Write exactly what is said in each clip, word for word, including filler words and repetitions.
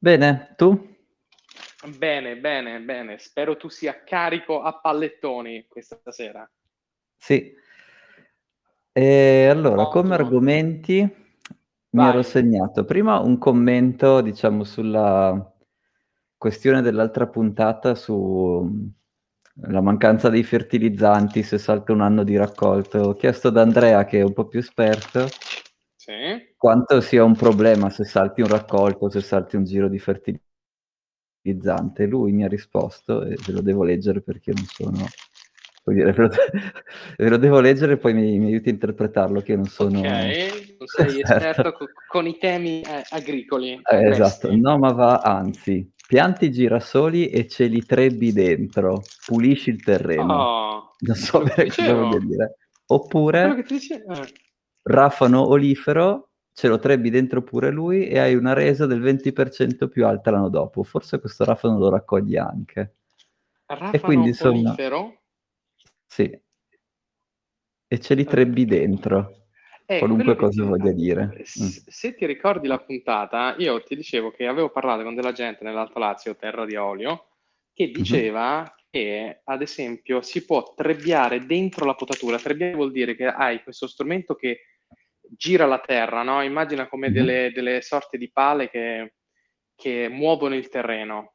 Bene, tu? Bene, bene, bene. Spero tu sia carico a pallettoni questa sera. Sì. E allora, come Ottimo. argomenti mi ero Vai. segnato prima un commento, diciamo, sulla questione dell'altra puntata su mm, la mancanza dei fertilizzanti, se salta un anno di raccolto. Ho chiesto ad Andrea, che è un po' più esperto, Sì. quanto sia un problema se salti un raccolto, se salti un giro di fertilizzante. Lui mi ha risposto, e ve lo devo leggere perché non sono... Vuol dire, ve lo, ve lo devo leggere e poi mi, mi aiuti a interpretarlo, che io non sono Ok, tu sei esperto esperto. co- con i temi eh, agricoli, Eh, esatto, questi. no, ma va, anzi, pianti i girasoli e ce li trebbi dentro, pulisci il terreno. Oh, Non so quello che ti bene cosa voglia dicevo. dire. Quello che Oppure ti dicevo. Eh. rafano olifero, ce lo trebbi dentro pure lui e hai una resa del venti per cento più alta l'anno dopo. Forse questo rafano lo raccogli anche. E quindi, Rafano insomma, olifero? sì, e ce li Eh, trebbi dentro, È qualunque quello che cosa ti... voglia dire. Mm. s- Se ti ricordi la puntata, io ti dicevo che avevo parlato con della gente nell'Alto Lazio, terra di olio, che Mhm. diceva che, ad esempio, si può trebbiare dentro la potatura. Trebbiare vuol dire che hai questo strumento che gira la terra, no? Immagina come Mhm. delle, delle sorte di pale che, che muovono il terreno.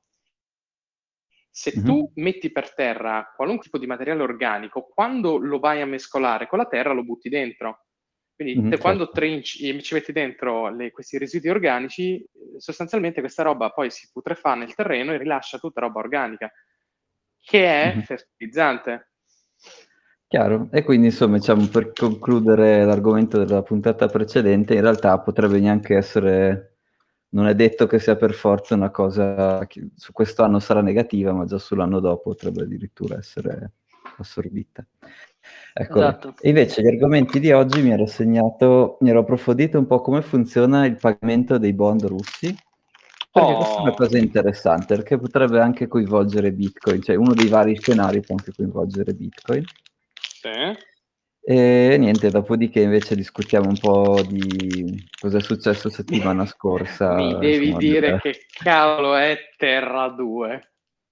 Se Mhm. tu metti per terra qualunque tipo di materiale organico, quando lo vai a mescolare con la terra lo butti dentro. Quindi Mhm, te quando certo. trinci e ci metti dentro le- questi residui organici, eh, sostanzialmente questa roba poi si putrefà nel terreno e rilascia tutta roba organica, che è Mhm. fertilizzante. Chiaro. E quindi, insomma, diciamo, per concludere l'argomento della puntata precedente, in realtà potrebbe neanche essere, non è detto che sia per forza una cosa che su quest'anno sarà negativa, ma già sull'anno dopo potrebbe addirittura essere assorbita. Eccole. Esatto. E invece gli argomenti di oggi mi ero segnato, mi ero approfondito un po' come funziona il pagamento dei bond russi, perché questa è una Oh, cosa interessante, perché potrebbe anche coinvolgere Bitcoin, cioè uno dei vari scenari può anche coinvolgere Bitcoin. sì. E niente, dopodiché invece discutiamo un po' di cosa è successo settimana Mi scorsa, devi insomma, dire del che cavolo è Terra due.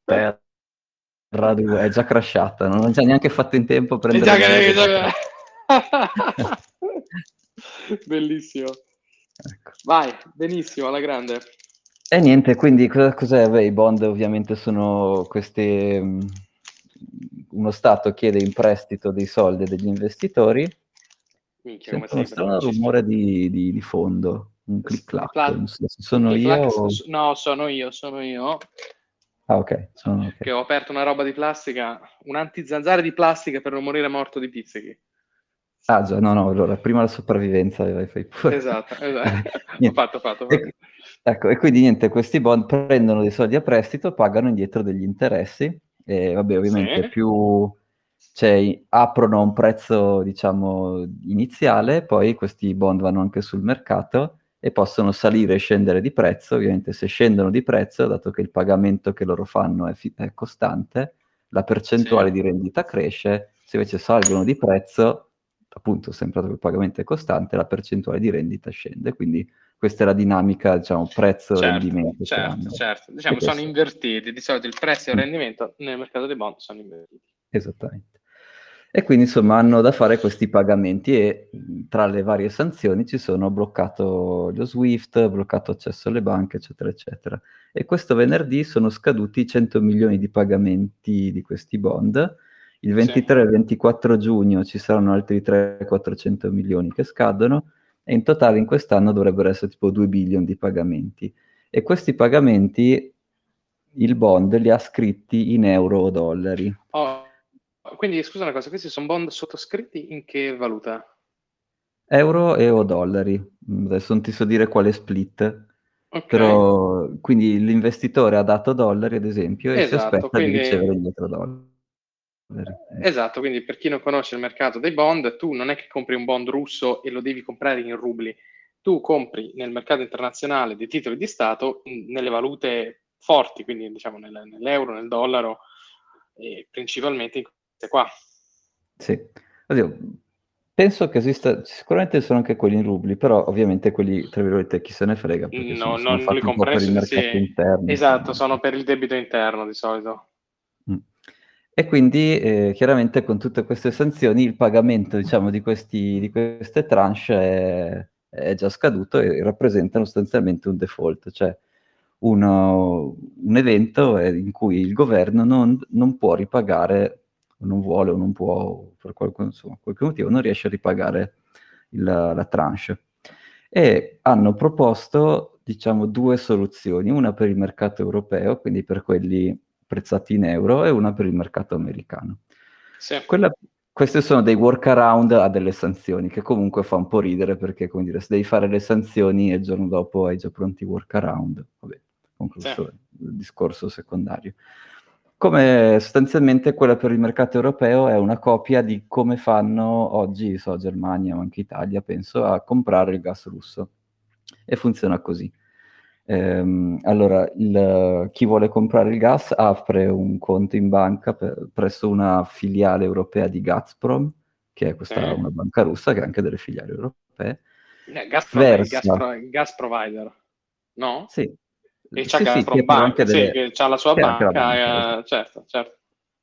Terra due, è già crashata, non ho già neanche fatto in tempo a È prendere già l'aereo. che... Già già- crash- Bellissimo. Ecco. Vai, benissimo, alla grande. E niente, quindi cosa, cos'è? Beh, i bond ovviamente sono questi... mh, uno Stato chiede in prestito dei soldi degli investitori, Minchia, come sento uno sei strano veloce. rumore di, di- di fondo, un Di clic-clac, pla- non so se un sono click io clack. o... No, sono io, sono io. Ah, ok, So- sono che ok. ho aperto una roba di plastica, un antizanzare di plastica per non morire morto di pizzichi. Ah già, no, no, allora, prima la sopravvivenza, vai, fai pure. Esatto, Dai, esatto. Ho niente. fatto, ho fatto, ho fatto. E, ecco, e quindi niente, questi bond prendono dei soldi a prestito, pagano indietro degli interessi, e vabbè, Sì, ovviamente più, cioè, aprono a un prezzo, diciamo, iniziale, poi questi bond vanno anche sul mercato e possono salire e scendere di prezzo. Ovviamente se scendono di prezzo, dato che il pagamento che loro fanno è, fi- è costante, la sì. percentuale di rendita cresce. Se invece salgono di prezzo, appunto, sempre dato che il pagamento è costante, la percentuale di rendita scende. Quindi questa è la dinamica, diciamo, Certo, prezzo-rendimento che certo, hanno. certo. E Diciamo, sono questo. invertiti. Di solito il prezzo e il Mm. rendimento nel mercato dei bond sono invertiti. Esattamente. E quindi insomma hanno da fare questi pagamenti e mh, tra le varie sanzioni ci sono bloccato lo SWIFT, bloccato accesso alle banche, eccetera, eccetera. E questo venerdì sono scaduti cento milioni di pagamenti di questi bond. Il Sì. ventitré e il ventiquattro giugno ci saranno altri trecento quattrocento milioni che scadono e in totale in quest'anno dovrebbero essere tipo due bilioni di pagamenti. E questi pagamenti il bond li ha scritti in euro o dollari. Oh, quindi scusa una cosa, questi sono bond sottoscritti in che valuta? Euro e o dollari. Mm, Adesso non ti so dire quale split, Ok, però quindi l'investitore ha dato dollari, ad esempio, e si esatto, aspetta di quindi, ricevere indietro dollari. Eh, esatto, quindi per chi non conosce il mercato dei bond, tu non è che compri un bond russo e lo devi comprare in rubli, tu compri nel mercato internazionale dei titoli di Stato in- nelle valute forti, quindi diciamo nel- nell'euro, nel dollaro e principalmente in queste qua. sì. Oddio, penso che esista, sicuramente sono anche quelli in rubli, però ovviamente quelli, tra virgolette, chi se ne frega, perché No, sono, sono non li fatti un po' per il compresso, sì, mercato interno. esatto, sono per il debito interno di solito. Mm. E quindi eh, chiaramente con tutte queste sanzioni il pagamento, diciamo, di, questi, di queste tranche è, è già scaduto e rappresentano sostanzialmente un default, cioè uno- un evento eh, in cui il governo non, non può ripagare, o non vuole o non può, per qualche, insomma, qualche motivo, non riesce a ripagare il- la tranche. E hanno proposto, diciamo, due soluzioni, una per il mercato europeo, quindi per quelli prezzati in euro, e una per il mercato americano. Sì. Quella- questi sono dei workaround a delle sanzioni, che comunque fa un po' ridere, perché, come dire, se devi fare le sanzioni e il giorno dopo hai già pronti i workaround, vabbè, comunque Sì. questo è il discorso secondario. Come sostanzialmente quella per il mercato europeo è una copia di come fanno oggi, so, Germania, ma anche Italia, penso, a comprare il gas russo. E funziona così. Ehm, allora, il- chi vuole comprare il gas apre un conto in banca per- presso una filiale europea di Gazprom, che è Sì. questa una banca russa che ha anche delle filiali europee, Eh, Gazprom è il gas, versa, pro- il gas provider, no? sì, E c'ha sì, sì, che Gazprom però anche Bank, sì, delle, che c'ha la sua che è anche la banca, banca, esatto. eh, certo, certo.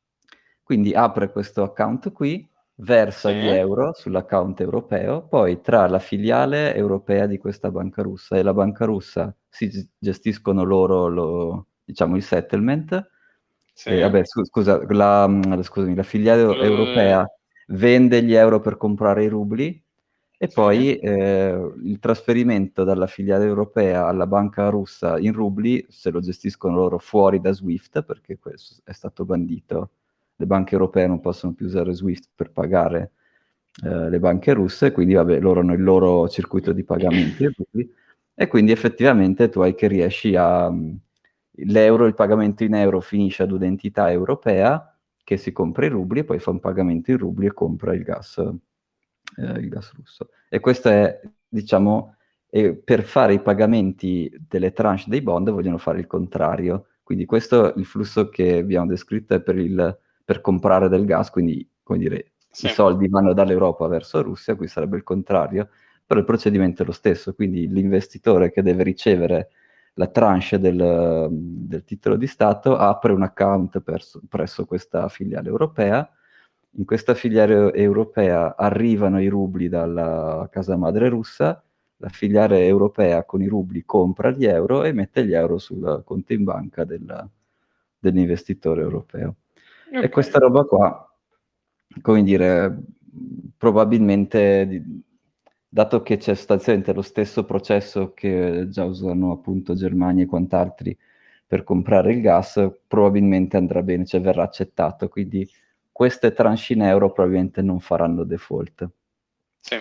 Quindi apre questo account qui, versa Sì, gli euro sull'account europeo, poi tra la filiale europea di questa banca russa e la banca russa si g- gestiscono loro lo- diciamo, il settlement. sì. E, vabbè, scu- scusa, la, mm, scusami, la filiale Eh, europea vende gli euro per comprare i rubli e sì, poi eh, il trasferimento dalla filiale europea alla banca russa in rubli se lo gestiscono loro fuori da SWIFT, perché questo è stato bandito, le banche europee non possono più usare SWIFT per pagare eh, le banche russe, quindi vabbè, loro hanno il loro circuito di pagamenti in rubli, e quindi effettivamente tu hai che riesci a... L'euro, il pagamento in euro finisce ad un'entità europea che si compra i rubli e poi fa un pagamento in rubli e compra il gas, eh, il gas russo. E questo è, diciamo, eh, per fare i pagamenti delle tranche dei bond vogliono fare il contrario. Quindi questo, il flusso che abbiamo descritto è per, il, per comprare del gas, quindi, come dire, i sì, soldi vanno dall'Europa verso Russia, qui sarebbe il contrario, però il procedimento è lo stesso, quindi l'investitore che deve ricevere la tranche del, del titolo di Stato apre un account perso- presso questa filiale europea. In questa filiale europea arrivano i rubli dalla casa madre russa, la filiale europea con i rubli compra gli euro e mette gli euro sul conto in banca del- dell'investitore europeo. E ok, questa roba qua, come dire, probabilmente, di- dato che c'è sostanzialmente lo stesso processo che già usano appunto Germania e quant'altri per comprare il gas, probabilmente andrà bene, cioè verrà accettato, quindi queste tranche in euro probabilmente non faranno default. sì,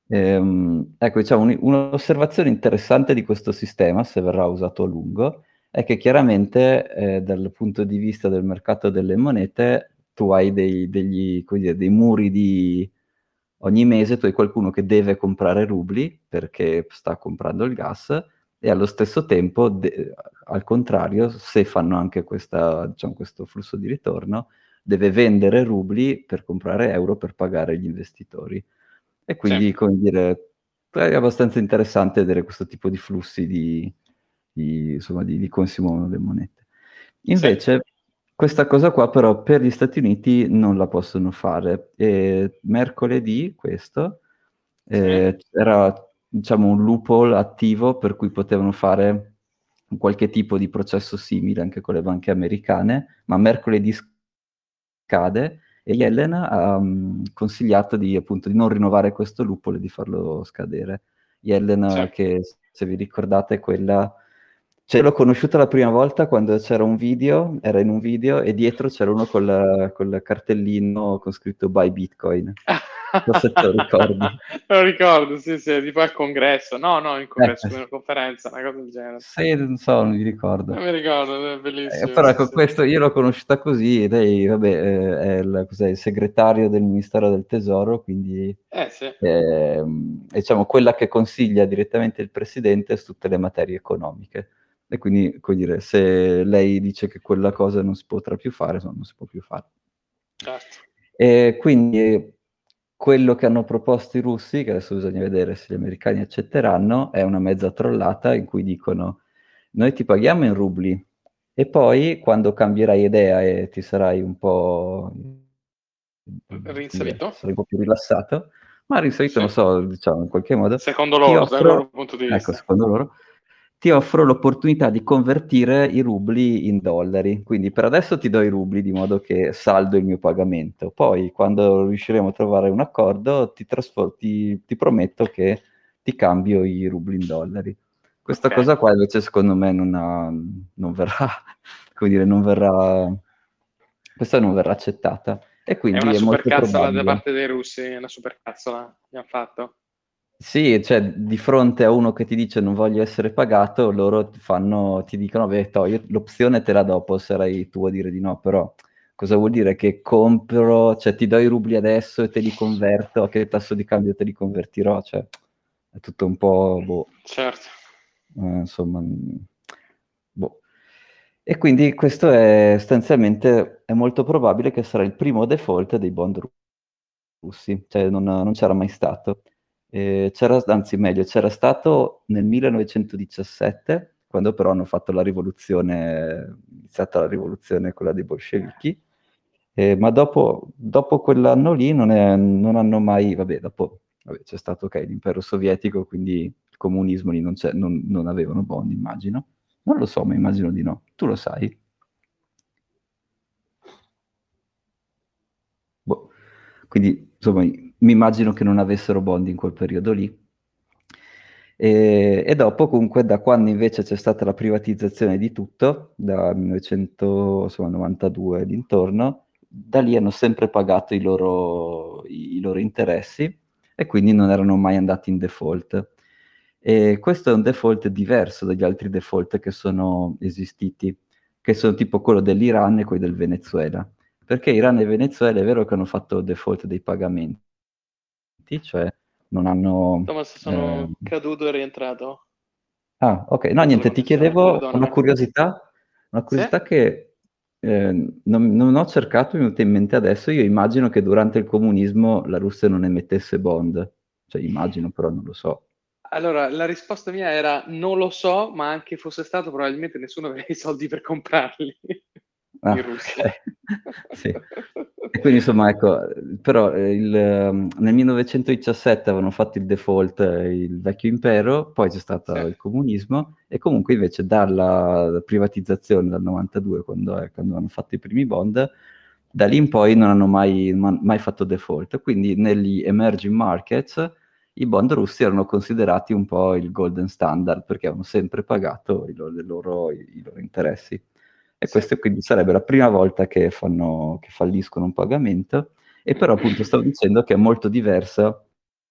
Ehm, ecco, diciamo, un- un'osservazione interessante di questo sistema, se verrà usato a lungo, è che chiaramente eh, dal punto di vista del mercato delle monete tu hai dei, degli, come dire, dei muri di... Ogni mese tu hai qualcuno che deve comprare rubli perché sta comprando il gas e allo stesso tempo, de- al contrario, se fanno anche questa, diciamo, questo flusso di ritorno, deve vendere rubli per comprare euro per pagare gli investitori. E sì, quindi, come dire, è abbastanza interessante vedere questo tipo di flussi di, di, insomma, di, di come si muovono le monete. sì, Invece, questa cosa qua però per gli Stati Uniti non la possono fare. E mercoledì, questo, sì, eh, era, diciamo, un loophole attivo per cui potevano fare un qualche tipo di processo simile anche con le banche americane, ma mercoledì scade e Yellen ha mm, consigliato di, appunto, di non rinnovare questo loophole e di farlo scadere. sì. Yellen, che se vi ricordate è quella... Cioè, l'ho conosciuta la prima volta quando c'era un video, era in un video e dietro c'era uno col, col cartellino con scritto Buy Bitcoin. Non so se te lo ricordi. Me lo ricordo, sì, sì, tipo al congresso. No, no, in Eh, congresso, come una conferenza, una cosa del genere. sì, non so, non mi Non ricordo. mi ricordo, è Eh, bellissimo, però sì, ecco, sì. questo io l'ho conosciuta così, e lei, vabbè, eh, è il, cos'è, il segretario del Ministero del Tesoro, quindi Eh sì, ehm, è, diciamo, quella che consiglia direttamente il presidente su tutte le materie economiche. E quindi, come dire, se lei dice che quella cosa non si potrà più fare, insomma, non si può più fare. certo. E quindi quello che hanno proposto i russi, che adesso bisogna vedere se gli americani accetteranno, è una mezza trollata in cui dicono noi ti paghiamo in rubli e poi quando cambierai idea e ti sarai un po', come dire, Rinsavito? sarai un po' più rilassato, ma risolito, Sì. non so, diciamo in qualche modo, Secondo ti loro, dal loro offro, punto di ecco, vista. secondo loro, ti offro l'opportunità di convertire i rubli in dollari. Quindi per adesso ti do i rubli di modo che saldo il mio pagamento. Poi, quando riusciremo a trovare un accordo, ti, trasfor- ti, ti prometto che ti cambio i rubli in dollari. Questa Ok. cosa qua invece secondo me non, ha- non verrà, come dire, non verrà, questa non verrà accettata. E È una quindi è molto supercazzola da probabile. parte dei russi, è una supercazzola che hanno fatto. Sì, cioè di fronte a uno che ti dice non voglio essere pagato, loro ti fanno, ti dicono, beh, to, io l'opzione te la do, poi sarai tu a dire di no, però cosa vuol dire? Che compro, cioè ti do i rubli adesso e te li converto, a che tasso di cambio te li convertirò? Cioè è tutto un po', boh, Certo. eh, insomma, mm, boh. E quindi questo è sostanzialmente, è molto probabile che sarà il primo default dei bond russi, cioè non, non c'era mai stato. Eh, c'era, anzi meglio, c'era stato nel millenovecentodiciassette, quando però hanno fatto la rivoluzione, iniziata la rivoluzione, quella dei bolscevichi, eh, ma dopo, dopo quell'anno lì non, è- non hanno mai, vabbè, dopo vabbè, c'è stato ok, l'impero sovietico, quindi il comunismo lì non, c'è- non- non avevano bond, immagino. Non lo so, ma immagino di no. Tu lo sai? Boh. Quindi, insomma, mi immagino che non avessero bond in quel periodo lì. E, e dopo, comunque, da quando invece c'è stata la privatizzazione di tutto, dal millenovecentonovantadue d'intorno, da lì hanno sempre pagato i loro, i, i loro interessi e quindi non erano mai andati in default. E questo è un default diverso dagli altri default che sono esistiti, che sono tipo quello dell'Iran e quello del Venezuela. Perché Iran e Venezuela è vero che hanno fatto default dei pagamenti, cioè non hanno... Thomas, eh, sono caduto e rientrato. Ah, ok. No, Caduta la niente, ti connessione. chiedevo una Perdonami. curiosità, una Sì? curiosità che eh, non, non ho cercato, mi è venuta in mente adesso. Io immagino che durante il comunismo la Russia non emettesse bond, cioè immagino, però non lo so. Allora, la risposta mia era non lo so, ma anche fosse stato, probabilmente nessuno aveva i soldi per comprarli in Ah, Russia. ok. Sì. E quindi insomma, ecco, però eh, il, ehm, nel millenovecentodiciassette avevano fatto il default, eh, il vecchio impero, poi c'è Sì, stato il comunismo e comunque invece dalla privatizzazione dal novantadue, quando, è- quando hanno fatto i primi bond, da lì in poi non hanno mai, ma- mai fatto default. Quindi negli emerging markets i bond russi erano considerati un po' il golden standard perché avevano sempre pagato i loro, i loro- i loro interessi. E sì. questa quindi sarebbe la prima volta che, fanno, che falliscono un pagamento, e però appunto stavo dicendo che è molto diversa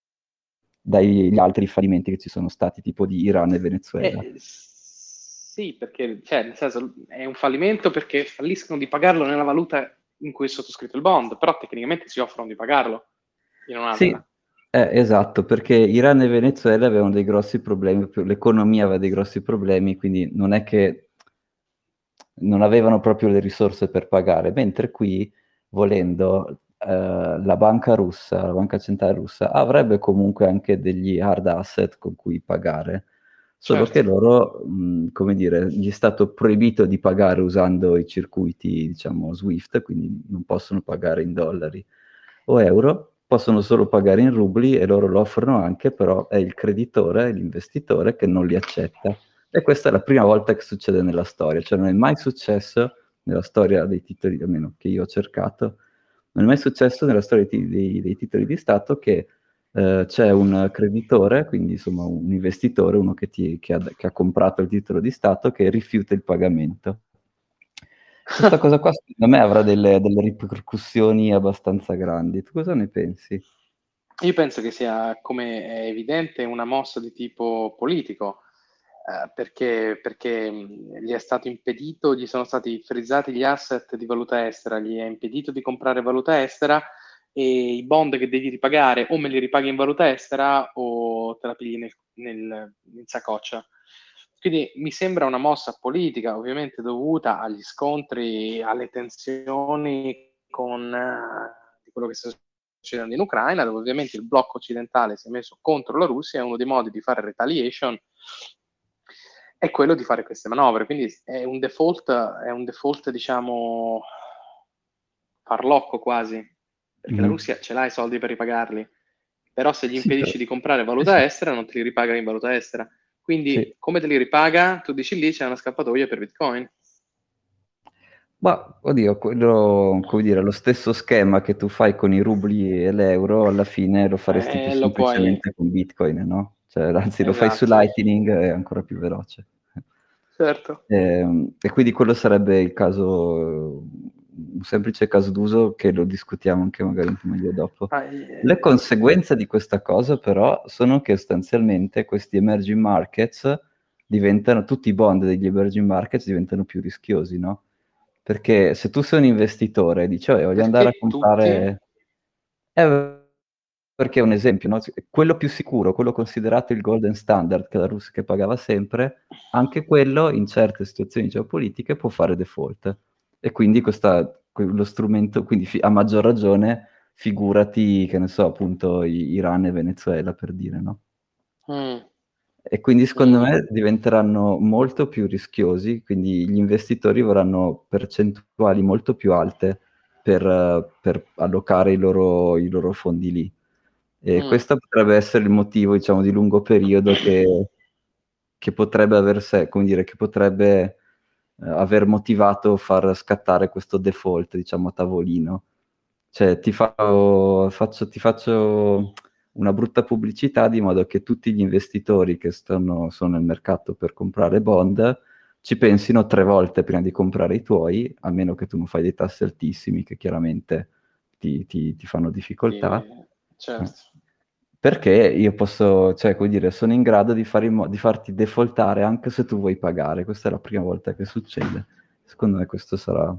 dagli altri fallimenti che ci sono stati, tipo di Iran e Venezuela. Eh, sì, perché cioè, nel senso, è un fallimento perché falliscono di pagarlo nella valuta in cui è sottoscritto il bond, però tecnicamente si offrono di pagarlo in Sì, un'altra. eh, esatto, perché Iran e Venezuela avevano dei grossi problemi, proprio l'economia aveva dei grossi problemi, quindi non è che non avevano proprio le risorse per pagare, mentre qui, volendo, eh, la banca russa, la banca centrale russa, avrebbe comunque anche degli hard asset con cui pagare, solo Certo, che loro, mh, come dire, gli è stato proibito di pagare usando i circuiti, diciamo, SWIFT, quindi non possono pagare in dollari o euro, possono solo pagare in rubli e loro lo offrono anche, però è il creditore, l'investitore che non li accetta. E questa è la prima volta che succede nella storia, cioè non è mai successo nella storia dei titoli, almeno che io ho cercato, non è mai successo nella storia dei, dei- dei titoli di Stato che eh, c'è un creditore, quindi insomma un investitore, uno che, ti- che ha, che ha comprato il titolo di Stato, che rifiuta il pagamento. Questa cosa qua secondo me avrà delle, delle ripercussioni abbastanza grandi. Tu cosa ne pensi? io penso che sia, come è evidente, una mossa di tipo politico, eh, perché, perché mh, gli è stato impedito, gli sono stati frizzati gli asset di valuta estera, gli è impedito di comprare valuta estera e i bond che devi ripagare o me li ripaghi in valuta estera o te la pigli nel, nel- in saccoccia. Quindi mi sembra una mossa politica, ovviamente dovuta agli scontri, alle tensioni con, eh, di quello che sta succedendo in Ucraina, dove ovviamente il blocco occidentale si è messo contro la Russia, e uno dei modi di fare retaliation è quello di fare queste manovre. Quindi è un default, è un default diciamo farlocco quasi, perché la Mhm. Russia ce l'ha i soldi per ripagarli, però se gli Sì, però- impedisci di comprare sì, valuta sì, estera non te li ripaga in valuta estera. sì. Quindi come te li ripaga? Tu dici lì c'è una scappatoia per Bitcoin. Ma, oddio, quello, come dire, lo stesso schema che tu fai con i rubli e l'euro, alla fine lo faresti più Eh, lo puoi, semplicemente con Bitcoin, no? Cioè, anzi, lo fai su esatto, Lightning, è ancora più veloce. certo. Ehm, E, quindi quello sarebbe il caso, un semplice caso d'uso che lo discutiamo anche magari un po' meglio dopo. Ah, Le eh, conseguenze di questa cosa, però, sono che sostanzialmente questi emerging markets diventano, tutti i bond degli emerging markets diventano più rischiosi, no? Perché se tu sei un investitore e dici, "Oh, voglio andare a perché tutti? comprare." Eh, perché è un esempio, no? Quello più sicuro, quello considerato il golden standard che la Russia che pagava sempre, anche quello in certe situazioni geopolitiche può fare default. E quindi questa, lo strumento, quindi fi- a maggior ragione, figurati, che ne so, appunto, i- Iran e Venezuela, per dire, no? Mm, E quindi secondo mm, me diventeranno molto più rischiosi, quindi gli investitori vorranno percentuali molto più alte per, eh, per allocare i loro, i loro fondi lì. E mm. questo potrebbe essere il motivo, diciamo, di lungo periodo che, che potrebbe aver, se- come dire, che potrebbe eh, aver motivato far scattare questo default, diciamo, a tavolino. Cioè, ti fa- faccio, ti faccio una brutta pubblicità di modo che tutti gli investitori che stanno, sono nel mercato per comprare bond ci pensino tre volte prima di comprare i tuoi, a meno che tu non fai dei tassi altissimi che chiaramente ti, ti- ti fanno difficoltà. Sì, Eh. certo. Perché io posso, cioè, come dire, sono in grado di, fare in mo- di farti defaultare anche se tu vuoi pagare. Questa è la prima volta che succede. Secondo me questo sarà.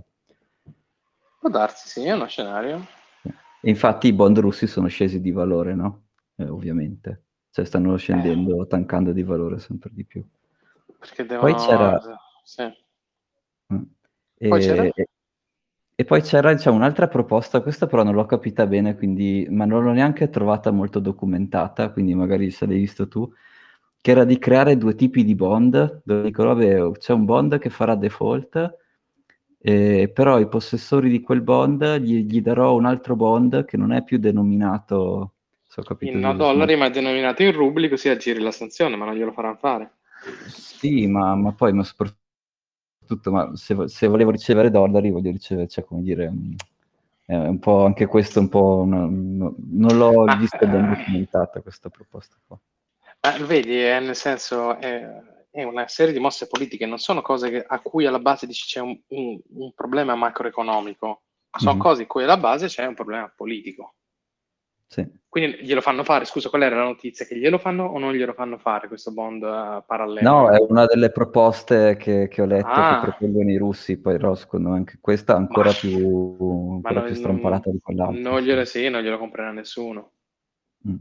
Può darsi, sì, è uno scenario. E infatti i bond russi sono scesi di valore, no? Eh, ovviamente. Cioè stanno Eh, scendendo, tankando di valore sempre di più. perché Poi c'era. devono... Sì. Mm. Poi c'era? E, e- e poi c'era, diciamo, un'altra proposta, questa però non l'ho capita bene, quindi, ma non l'ho neanche trovata molto documentata, quindi magari se l'hai visto tu, che era di creare due tipi di bond, dove dicono, vabbè, c'è un bond che farà default, eh, però i possessori di quel bond gli, gli darò un altro bond che non è più denominato, se ho capito In giusto, insomma. dollari, ma è denominato in rubli, così aggiri la sanzione, ma non glielo faranno fare. Sì, ma, ma poi, ma soprattutto, ma se, vo- se volevo ricevere dollari, voglio ricevere, cioè, come dire, mm, è un po' anche questo, un po' una- no- non l'ho Ma, vista ben documentata questa proposta qua. eh, vedi, è nel senso, è, è una serie di mosse politiche, non sono cose che- a cui alla base dici c'è un, un- un problema macroeconomico, sono Mhm. cose a cui alla base c'è un problema politico. Sì. Quindi glielo fanno fare, scusa, qual era la notizia? Che glielo fanno o non glielo fanno fare questo bond eh, No, parallelo? è una delle proposte che, che ho letto che Ah, propongono i russi, poi però secondo me anche questa è ma, ancora più, ma ancora più non, non- strampalata di quell'altra, non insomma. glielo, sì, non glielo comprerà nessuno, Mm.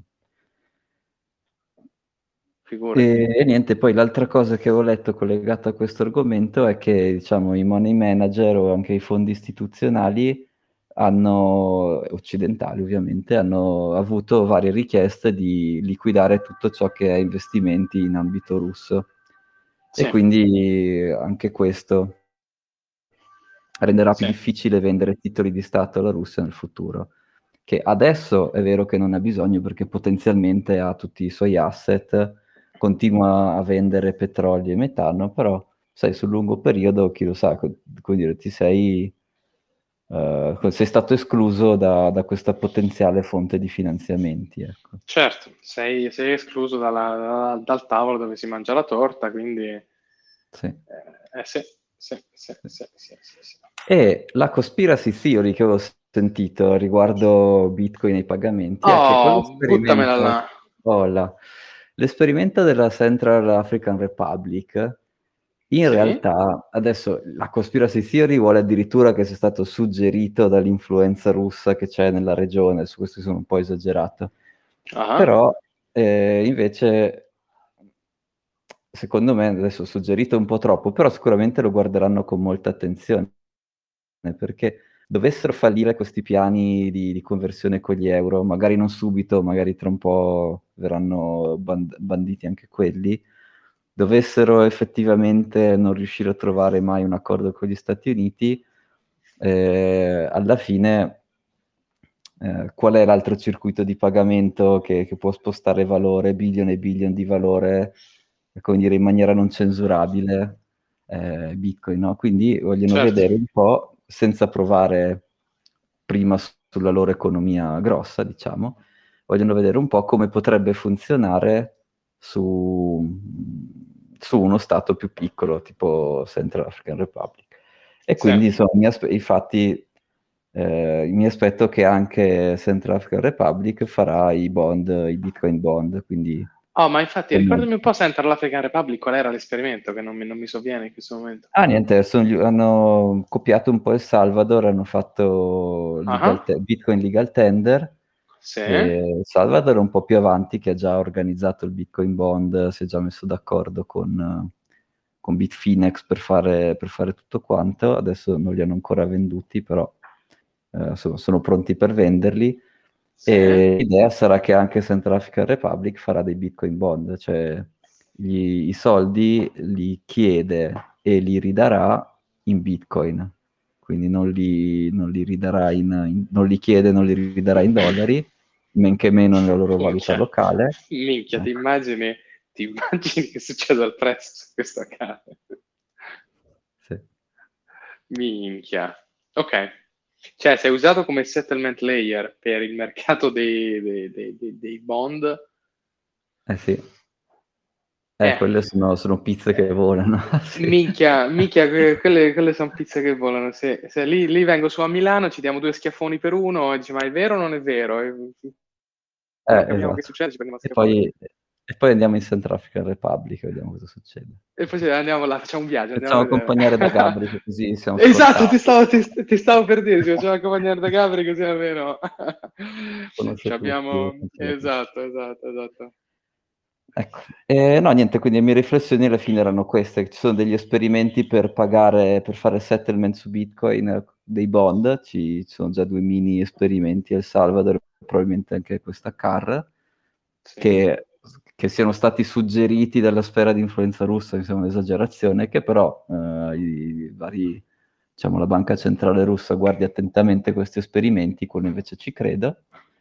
figurati. E, e niente, poi l'altra cosa che avevo letto collegata a questo argomento è che, diciamo, i money manager o anche i fondi istituzionali hanno, occidentali ovviamente, hanno avuto varie richieste di liquidare tutto ciò che è investimenti in ambito russo. E Sì, quindi anche questo renderà più sì, difficile vendere titoli di Stato alla Russia nel futuro. Che adesso è vero che non ha bisogno perché potenzialmente ha tutti i suoi asset, continua a vendere petrolio e metano, però sai, sul lungo periodo, chi lo sa, co- come dire, ti sei, eh, sei stato escluso da, da questa potenziale fonte di finanziamenti, ecco. certo, sei, sei escluso dalla- dal tavolo dove si mangia la torta, quindi eh, Sì. eh, sì, sì, sì, sì, sì, sì, sì. E la conspiracy theory che ho sentito riguardo Bitcoin e i pagamenti è che Oh, buttamela quell'esperimento, là. oh là, l'esperimento della Central African Republic, in Sì? realtà, adesso la conspiracy theory vuole addirittura che sia stato suggerito dall'influenza russa che c'è nella regione, su questo sono un po' esagerato, Ah, però eh, invece secondo me adesso ho suggerito un po' troppo, però sicuramente lo guarderanno con molta attenzione, perché dovessero fallire questi piani di, di conversione con gli euro, magari non subito, magari tra un po' verranno band- banditi anche quelli, dovessero effettivamente non riuscire a trovare mai un accordo con gli Stati Uniti, eh, alla fine eh, qual è l'altro circuito di pagamento che, che può spostare valore, billion e billion di valore, come dire, in maniera non censurabile, eh, Bitcoin, no? Quindi vogliono Certo, vedere un po', senza provare prima su- sulla loro economia grossa, diciamo, vogliono vedere un po' come potrebbe funzionare su, su uno stato più piccolo, tipo Central African Republic. E sì. quindi insomma, mi aspe- infatti eh, mi aspetto che anche Central African Republic farà i bond, i Bitcoin bond, quindi Oh, ma infatti, come- ricordami un po' Central African Republic, qual era l'esperimento che non mi, non mi sovviene in questo momento. Ah, niente, sono gli- hanno copiato un po' El Salvador, hanno fatto legal Ah, te- Bitcoin Legal Tender, sì, e El Salvador è un po' più avanti, che ha già organizzato il Bitcoin Bond, si è già messo d'accordo con, eh, con Bitfinex per fare, per fare tutto quanto, adesso non li hanno ancora venduti, però eh, sono, sono pronti per venderli, sì. e l'idea sarà che anche Central African Republic farà dei Bitcoin Bond, cioè gli- i soldi li chiede e li ridarà in Bitcoin, quindi non li, non li ridarà in, in- non li chiede, non li ridarà in dollari, men che meno nella loro valuta Minchia, locale. minchia, ti Ecco, immagini, ti immagini che succede al prezzo su questo accade? sì. Minchia. Ok. Cioè, sei usato come settlement layer per il mercato dei, dei- dei- dei- dei bond. Eh sì, eh, Eh, quelle sono, sono pizze che volano. Sì. minchia, minchia, que- quelle, quelle sono pizze che volano. Se, se lì, lì vengo su a Milano, ci diamo due schiaffoni per uno e dici, ma è vero o non è vero? E non Eh, capiamo che esatto. succede, ci prendiamo a E schiaffoni. poi, e poi andiamo in Central African Republic e vediamo cosa succede. E poi ci- andiamo là, facciamo un viaggio, andiamo a Facciamo vedere. accompagnare da Gabri, che così siamo Esatto, ti scortati. stavo, ti, ti stavo per dire, ci facciamo accompagnare da Gabri così almeno ci Conosce tutti, abbiamo... funziona tutto. Esatto, esatto, esatto. Ecco. Eh, no, niente, quindi le mie riflessioni alla fine erano queste. Ci sono degli esperimenti per pagare, per fare settlement su Bitcoin, eh, dei bond, ci, ci sono già due mini esperimenti a El Salvador, probabilmente anche questa C A R, Sì. che, che siano stati suggeriti dalla sfera di influenza russa, mi sembra un'esagerazione, che però eh, i vari, diciamo, la banca centrale russa guardi attentamente questi esperimenti, quello invece ci credo.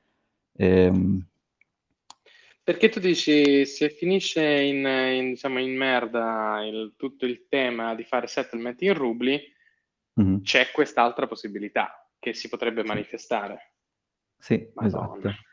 Ehm, Perché tu dici, se finisce in, in, diciamo, in merda il- tutto il tema di fare settlement in rubli, mhm, c'è quest'altra possibilità che si potrebbe sì, manifestare. sì, Madonna. esatto.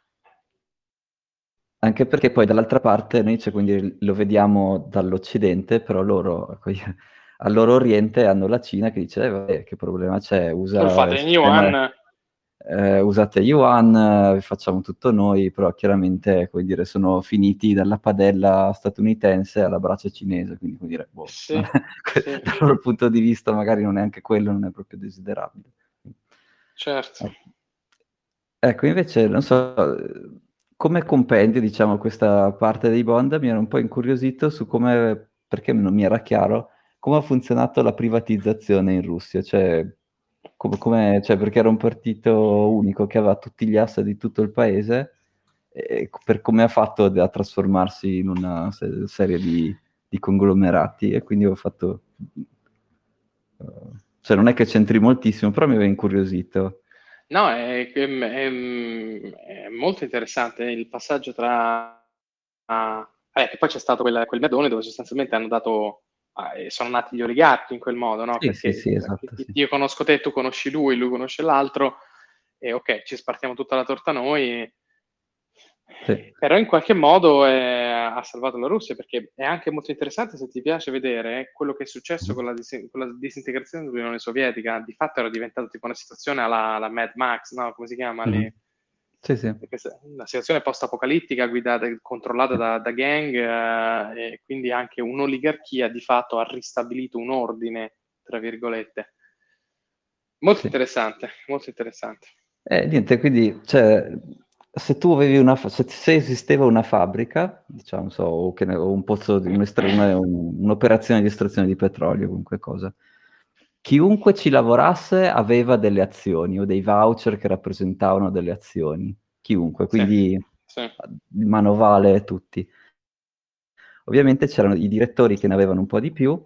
Anche perché poi dall'altra parte noi, cioè, quindi lo vediamo dall'Occidente, però loro, poi, al loro oriente hanno la Cina che dice, eh, vabbè, che problema c'è, Lo usa fate il in sistema, yuan? eh, usate yuan, eh, facciamo tutto noi, però chiaramente, come dire, sono finiti dalla padella statunitense alla brace cinese, quindi, come dire, boh, Sì, sì, dal loro punto di vista magari non è anche quello, non è proprio desiderabile. certo. Ecco, Ecco, invece, non so, come compendio, diciamo, questa parte dei bond mi era un po' incuriosito su come, perché non mi era chiaro, come ha funzionato la privatizzazione in Russia, cioè, come, come- cioè, perché era un partito unico che aveva tutti gli asset di tutto il paese, e per come ha fatto a trasformarsi in una se- serie di, di conglomerati, e quindi ho fatto, eh, cioè non è che c'entri moltissimo, però mi aveva incuriosito. No, è, è- è- è molto interessante il passaggio tra... ah, eh, che poi c'è stato quel, quel merdone dove sostanzialmente hanno dato... ah, e sono nati gli oligarchi in quel modo, no? Sì, sì, Perché sì, esatto, sì. io conosco te, tu conosci lui, lui conosce l'altro, e ok, ci spartiamo tutta la torta noi. Sì. Però in qualche modo eh, ha salvato la Russia, perché è anche molto interessante, se ti piace vedere quello che è successo con la, dis- con la disintegrazione dell'Unione Sovietica. Di fatto era diventata tipo una situazione alla, alla Mad Max, no? Come si chiama? Mhm. Le- Sì, sì. questa- una situazione post-apocalittica guidata, controllata da, da gang, eh, e quindi anche un'oligarchia di fatto ha ristabilito un ordine, tra virgolette. Molto Sì. interessante, molto interessante. Eh, niente, quindi, cioè, se tu avevi una, fa- se, se esisteva una fabbrica, diciamo, so, o, che ne- o un pozzo, di- un'estra- una- un- un'operazione di estrazione di petrolio, qualunque cosa, chiunque ci lavorasse aveva delle azioni o dei voucher che rappresentavano delle azioni, chiunque, Sì, quindi sì, il manovale, tutti. Ovviamente c'erano i direttori che ne avevano un po' di più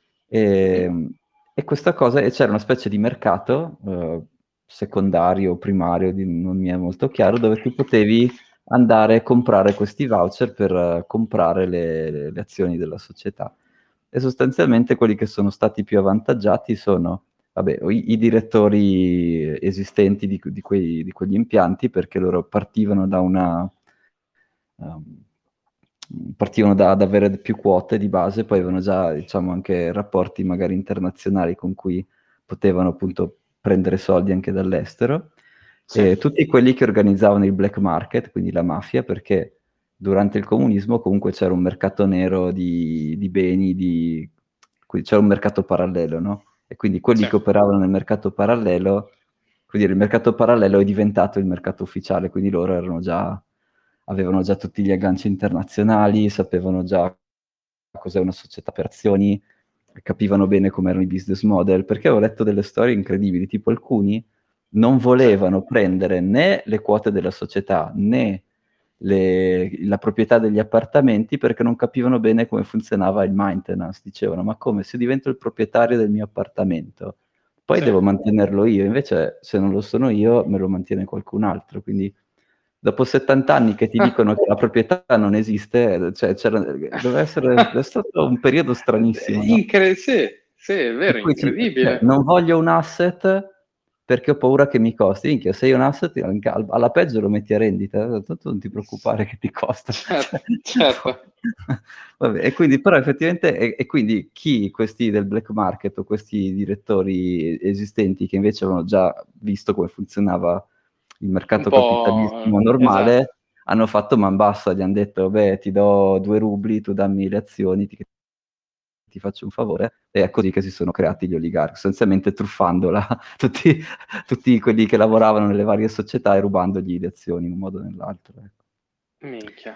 e, mhm, e questa cosa, e c'era una specie di mercato eh, secondario o primario, di- non mi è molto chiaro, dove tu potevi andare a comprare questi voucher per eh, comprare le, le azioni della società. E sostanzialmente quelli che sono stati più avvantaggiati sono, vabbè, i, i direttori esistenti di, di quei- di quegli impianti, perché loro partivano da una ehm, partivano da, da avere più quote di base, poi avevano già, diciamo, anche rapporti magari internazionali con cui potevano appunto prendere soldi anche dall'estero. sì, E tutti quelli che organizzavano il black market, quindi la mafia, perché durante il comunismo comunque c'era un mercato nero di, di beni, di... quindi c'era un mercato parallelo, no? E quindi quelli sì, che operavano nel mercato parallelo, quindi il mercato parallelo è diventato il mercato ufficiale, quindi loro erano già, avevano già tutti gli agganci internazionali, sapevano già cos'è una società per azioni, capivano bene com'erano i business model, perché avevo letto delle storie incredibili, tipo alcuni non sì, volevano prendere né le quote della società né le- la proprietà degli appartamenti perché non capivano bene come funzionava il maintenance. Dicevano, ma come se divento il proprietario del mio appartamento, poi sì. devo mantenerlo io, invece se non lo sono io me lo mantiene qualcun altro. Quindi dopo settanta anni che ti dicono che la proprietà non esiste, cioè, c'era- deve essere, è stato un periodo stranissimo, no? Incre- sì, sì, è E vero, poi ci- cioè, incredibile. non voglio un asset perché ho paura che mi costi. Minchia, sei un asset, anche al- alla peggio lo metti a rendita, eh, tanto non ti preoccupare che ti costa. Certo, Cioè, poi- certo. vabbè, e quindi, però effettivamente, e, e quindi chi, questi del black market o questi direttori esistenti che invece avevano già visto come funzionava il Un mercato po', capitalistico esatto. normale, hanno fatto man bassa, gli hanno detto, beh, ti do due rubli, tu dammi le azioni, ti, ti faccio un favore, e è così che si sono creati gli oligarchi, sostanzialmente truffandola tutti, tutti quelli che lavoravano nelle varie società e rubandogli le azioni in un modo o nell'altro. Ecco. Minchia.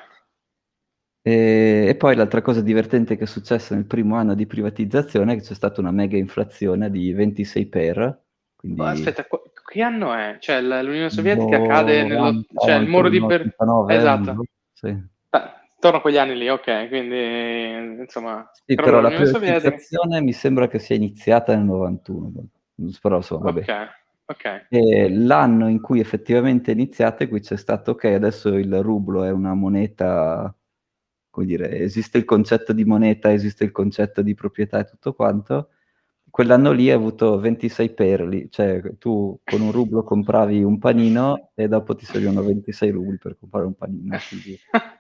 E, e poi l'altra cosa divertente che è successa nel primo anno di privatizzazione è che c'è stata una mega inflazione di ventisei per, Ma quindi aspetta, qu- che anno è? Cioè, l- l'Unione Sovietica cade nello... novanta, cioè, il muro di novantuno, Berlino... ottantanove, Esatto. sì. Ah, intorno a quegli anni lì, ok, quindi, insomma, Sì, crollo però la dell'Unione Sovietica. privatizzazione mi sembra che sia iniziata nel novantuno, però insomma, Ok, vabbè. ok. E l'anno in cui effettivamente è iniziata, e qui c'è stato, ok, adesso il rublo è una moneta, come dire, esiste il concetto di moneta, esiste il concetto di proprietà e tutto quanto, quell'anno lì hai avuto ventisei perli, cioè tu con un rublo compravi un panino e dopo ti servivano ventisei rubli per comprare un panino, quindi...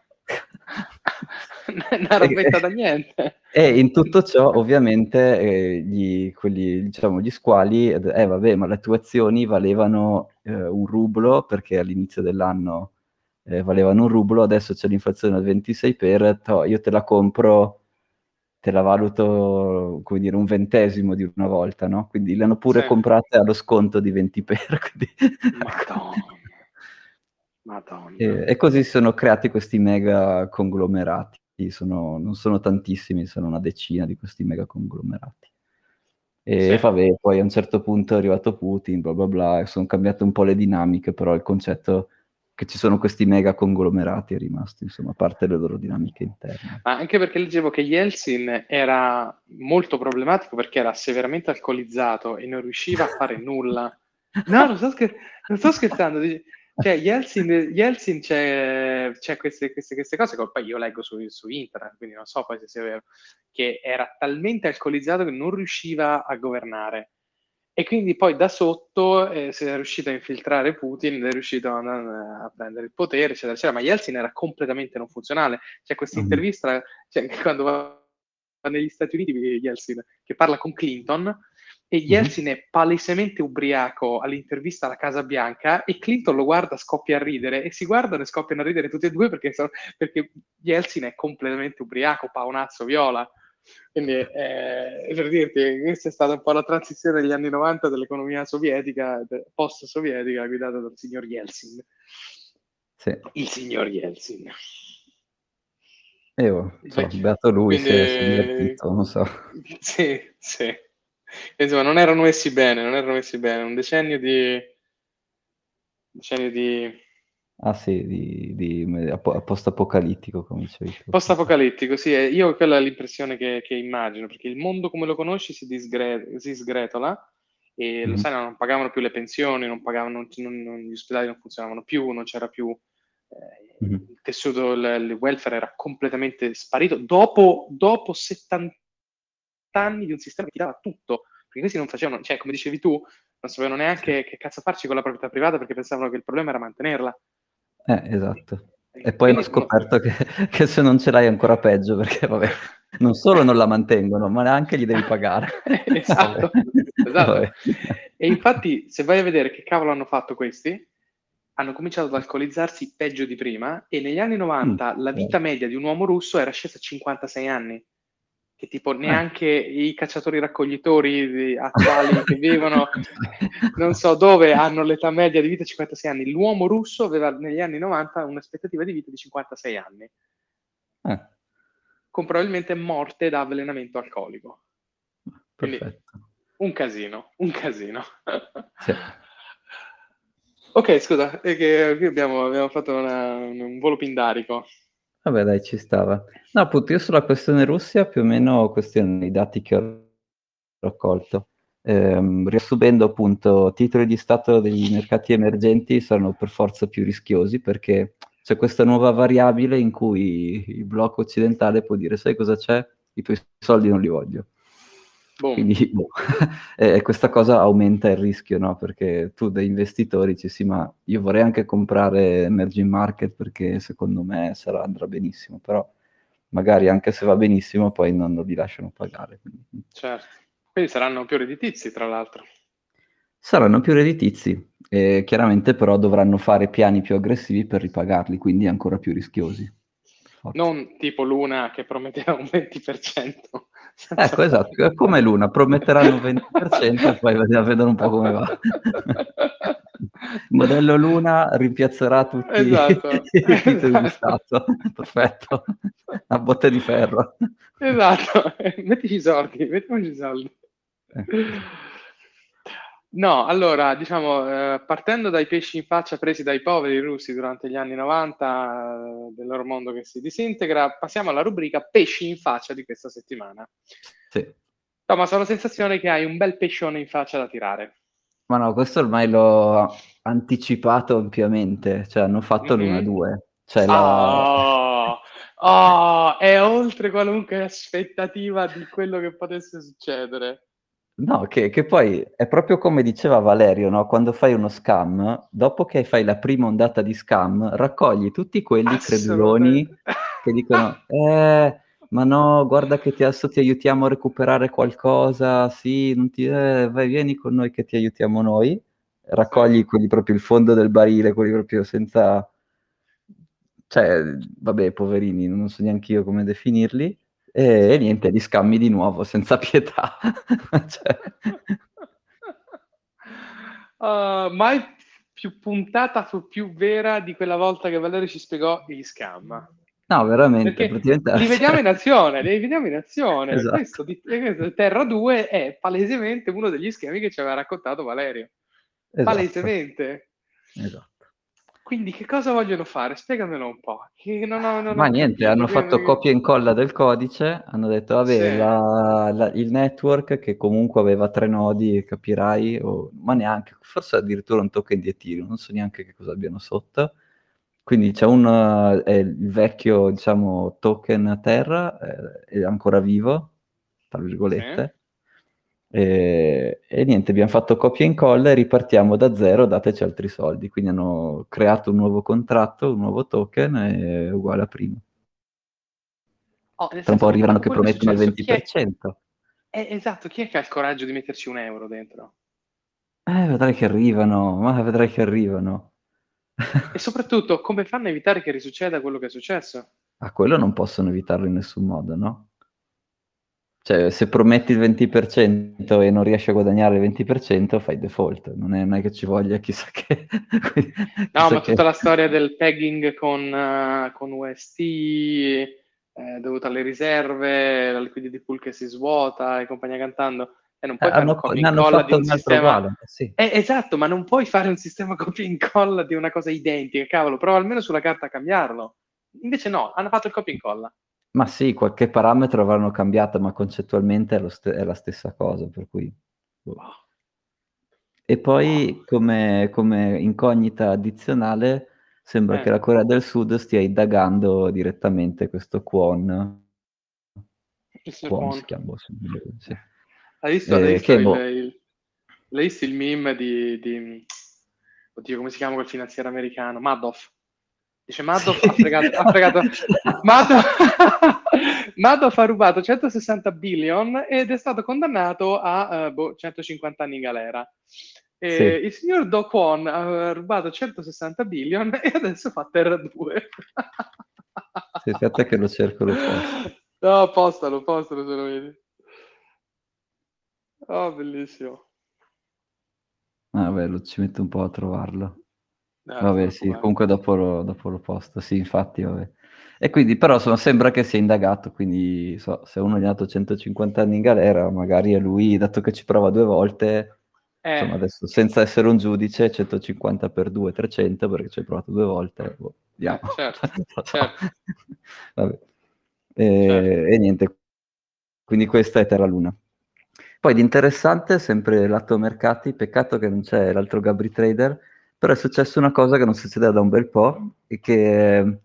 Una E, robetta da niente. e in tutto ciò, ovviamente, eh, gli, quelli, diciamo, gli squali, eh eh, vabbè, ma le tue azioni valevano eh, un rublo perché all'inizio dell'anno eh, valevano un rublo, adesso c'è l'inflazione al ventisei per, toh, io te la compro, te la valuto, come dire, un ventesimo di una volta, no? Quindi le hanno pure Sì. comprate allo sconto di venti per, quindi, ecco. Madonna. Madonna. E, e così si sono creati questi mega conglomerati. Sono- non sono tantissimi, sono una decina di questi mega conglomerati. Sì. E vabbè, poi a un certo punto è arrivato Putin, bla bla bla, e sono cambiate un po' le dinamiche, però il concetto che ci sono questi mega conglomerati è rimasto, insomma, a parte le loro dinamiche interne. Ma anche perché leggevo che Yeltsin era molto problematico perché era severamente alcolizzato e non riusciva a fare nulla. No, non sto, scher- non sto scherzando. dici- Cioè, Yeltsin, Yeltsin c'è, c'è queste, queste, queste cose che poi io leggo su, su internet, quindi non so poi se sia vero, che era talmente alcolizzato che non riusciva a governare. E quindi poi da sotto eh, si è riuscito a infiltrare Putin ed è riuscito a, a prendere il potere, eccetera, eccetera. Ma Yeltsin era completamente non funzionale. C'è questa Mhm. intervista, cioè, quando va negli Stati Uniti, Yeltsin, che parla con Clinton, e Mhm. Yeltsin è palesemente ubriaco all'intervista alla Casa Bianca e Clinton lo guarda, scoppia a ridere e si guardano e scoppiano a ridere tutti e due perché, sono, perché Yeltsin è completamente ubriaco, paonazzo, viola. Quindi, eh, per dirti, questa è stata un po' la transizione degli anni novanta dell'economia sovietica, de- post-sovietica, guidata dal signor Yeltsin. Sì. Il signor Yeltsin. E oh, so, Vecchio. beato lui se si è Quindi, divertito, non so. sì, sì. Insomma, non erano messi bene, non erano messi bene. Un decennio di... decennio di... Ah sì, di, di ap- post-apocalittico, come dicevi tu. Post-apocalittico, sì, e io quella è l'impressione che, che immagino, perché il mondo come lo conosci si, disgre- si sgretola e lo Mhm. sai, non pagavano più le pensioni, non pagavano, non- non- gli ospedali non funzionavano più, non c'era più eh, Mhm. il tessuto, il, il welfare era completamente sparito dopo, dopo settanta anni di un sistema che ti dava tutto, perché questi non facevano, cioè come dicevi tu, non sapevano Sì. neanche che cazzo farci con la proprietà privata perché pensavano che il problema era mantenerla. Eh, esatto. E E poi ho quindi no. scoperto che, che se non ce l'hai è ancora peggio, perché vabbè, non solo non la mantengono, ma neanche gli devi pagare. Vabbè. Esatto, esatto. Vabbè. E infatti, se vai a vedere che cavolo hanno fatto questi, hanno cominciato ad alcolizzarsi peggio di prima e negli anni Mm, novanta la eh. vita media di un uomo russo era scesa a cinquantasei anni, che tipo Eh. neanche i cacciatori raccoglitori di- attuali che vivono non so dove hanno l'età media di vita di cinquantasei anni. L'uomo russo aveva negli anni novanta un'aspettativa di vita di cinquantasei anni, Eh, con probabilmente morte da avvelenamento alcolico. Quindi perfetto. un casino, un casino. Sì. Ok, scusa, è che qui abbiamo, abbiamo fatto una- un volo pindarico. Vabbè, dai, ci stava. No, appunto, io sulla questione Russia, più o meno questi erano i dati che ho raccolto. Ehm, riassumendo, appunto, titoli di Stato dei mercati emergenti saranno per forza più rischiosi perché c'è questa nuova variabile in cui il blocco occidentale può dire, sai cosa c'è? I tuoi soldi non li voglio. Boom. Quindi boh. E questa cosa aumenta il rischio, no? Perché tu da investitori dici sì, ma io vorrei anche comprare emerging market perché secondo me sarà, andrà benissimo, però magari anche se va benissimo poi non lo li lasciano pagare. Quindi Certo. Quindi saranno più redditizi, tra l'altro. saranno più redditizi, e chiaramente però dovranno fare piani più aggressivi per ripagarli, quindi ancora più rischiosi. Per forza. Non tipo Luna che prometteva un venti per cento senza Ecco, fare esatto, è come l'una, prometteranno un venti per cento e poi vediamo, vedono un po' come va. Il modello Luna rimpiazzerà tutti Esatto, i titoli di esatto. Stato. Perfetto. A botte di ferro. Esatto, mettici i soldi, mettiamoci i soldi. Eh, No, allora, diciamo, eh, partendo dai pesci in faccia presi dai poveri russi durante gli anni novanta, eh, del loro mondo che si disintegra, passiamo alla rubrica pesci in faccia di questa settimana. sì. Thomas, ho la sensazione che hai un bel pescione in faccia da tirare. Ma no, questo ormai l'ho anticipato ampiamente, cioè hanno fatto l'una Mhm. due. Cioè la... Ah, ah, è oltre qualunque aspettativa di quello che potesse succedere. No, che, che poi è proprio come diceva Valerio, no? Quando fai uno scam, dopo che fai la prima ondata di scam, raccogli tutti quelli creduloni Assolutamente. che dicono, eh, ma no, guarda che ti, adesso ti aiutiamo a recuperare qualcosa, sì, non ti, eh, vai, vieni con noi che ti aiutiamo noi. Sì. Raccogli quelli proprio il fondo del barile, quelli proprio senza... Cioè, vabbè, poverini, non so neanche io come definirli. E, e niente, li scammi di nuovo senza pietà. Cioè, Uh, mai più puntata fu più vera di quella volta che Valerio ci spiegò gli scam. no, veramente, Perché praticamente... li vediamo cioè, in azione, li vediamo in azione. esatto, Questo di questo Terra due è palesemente uno degli schemi che ci aveva raccontato Valerio. esatto, Palesemente. esatto. Quindi che cosa vogliono fare? Spiegamelo un po', che non ho, non Ma ho niente, capito. hanno fatto Che... copia e incolla del codice, hanno detto, Sì, vabbè, la- la- il network che comunque aveva tre nodi, capirai, o- ma neanche, forse addirittura un token di Ethereum, non so neanche che cosa abbiano sotto. Quindi c'è un, eh, è il vecchio, diciamo, token Terra, eh, è ancora vivo, tra sì. virgolette. E, e niente, abbiamo fatto copia e incolla e ripartiamo da zero, dateci altri soldi. Quindi hanno creato un nuovo contratto, un nuovo token, e uguale a prima. Oh, nel Tra un po' senso, ma arriveranno dopo che quello che è promettono il successo, chi è... venti per cento. eh, esatto, chi è che ha il coraggio di metterci un euro dentro? Eh, vedrai che arrivano, ma vedrai che arrivano. E soprattutto, come fanno a evitare che risucceda quello che è successo? A quello non possono evitarlo in nessun modo, no? Cioè, se prometti il venti per cento e non riesci a guadagnare il venti per cento, fai default. Non è, non è che ci voglia chissà che... No, chissà ma che... tutta la storia del pegging con, eh, con U S T, eh, dovuta alle riserve, la liquidity pool che si svuota e compagnia cantando, è e non Eh, puoi fare un hanno, copia e ne hanno incolla di fatto un un altro sistema... uguale, sì. Eh, esatto, ma non puoi fare un sistema copia e incolla di una cosa identica, cavolo, prova almeno sulla carta a cambiarlo. Invece no, hanno fatto il copia e incolla. Ma sì, qualche parametro avranno cambiato, ma concettualmente è, lo st- è la stessa cosa, per cui... boh. Boh. E Boh. poi come, come incognita addizionale sembra che Eh, la Corea del Sud stia indagando direttamente questo Kwon, il signor Kwon Kwon. si chiama, boh, sì, sì. Hai visto, hai Eh, visto che il, boh, il, l'hai visto il meme di, di... Oddio, come si chiama quel finanziere americano? Madoff. Dice sì. Madoff ha fregato... Ha fregato Madoff... Madoff ha rubato centosessanta billion ed è stato condannato a uh, boh, centocinquanta anni in galera. E Sì, il signor Do Kwon ha rubato centosessanta billion e adesso fa Terra due. sì, aspetta che lo cerco, lo posto. No, postalo, postalo se lo vedi. Oh, bellissimo. Ah, vabbè, lo- ci metto un po' a trovarlo. Eh, non ti Vabbè, sì, preoccupare. comunque dopo lo, dopo lo posto, sì, infatti, vabbè. E quindi, però, insomma, sembra che sia indagato, quindi, so, se uno gli ha dato centocinquanta anni in galera, magari a lui, dato che ci prova due volte, Eh, insomma, adesso, senza essere un giudice, centocinquanta per due, trecento, perché ci hai provato due volte, boh, vediamo. eh, certo, Non lo so. certo, Vabbè. certo. E, e niente, quindi questa è Terra Luna. Poi di interessante, sempre lato mercati, peccato che non c'è l'altro Gabri Trader, però è successa una cosa che non succedeva da un bel po', e che eh,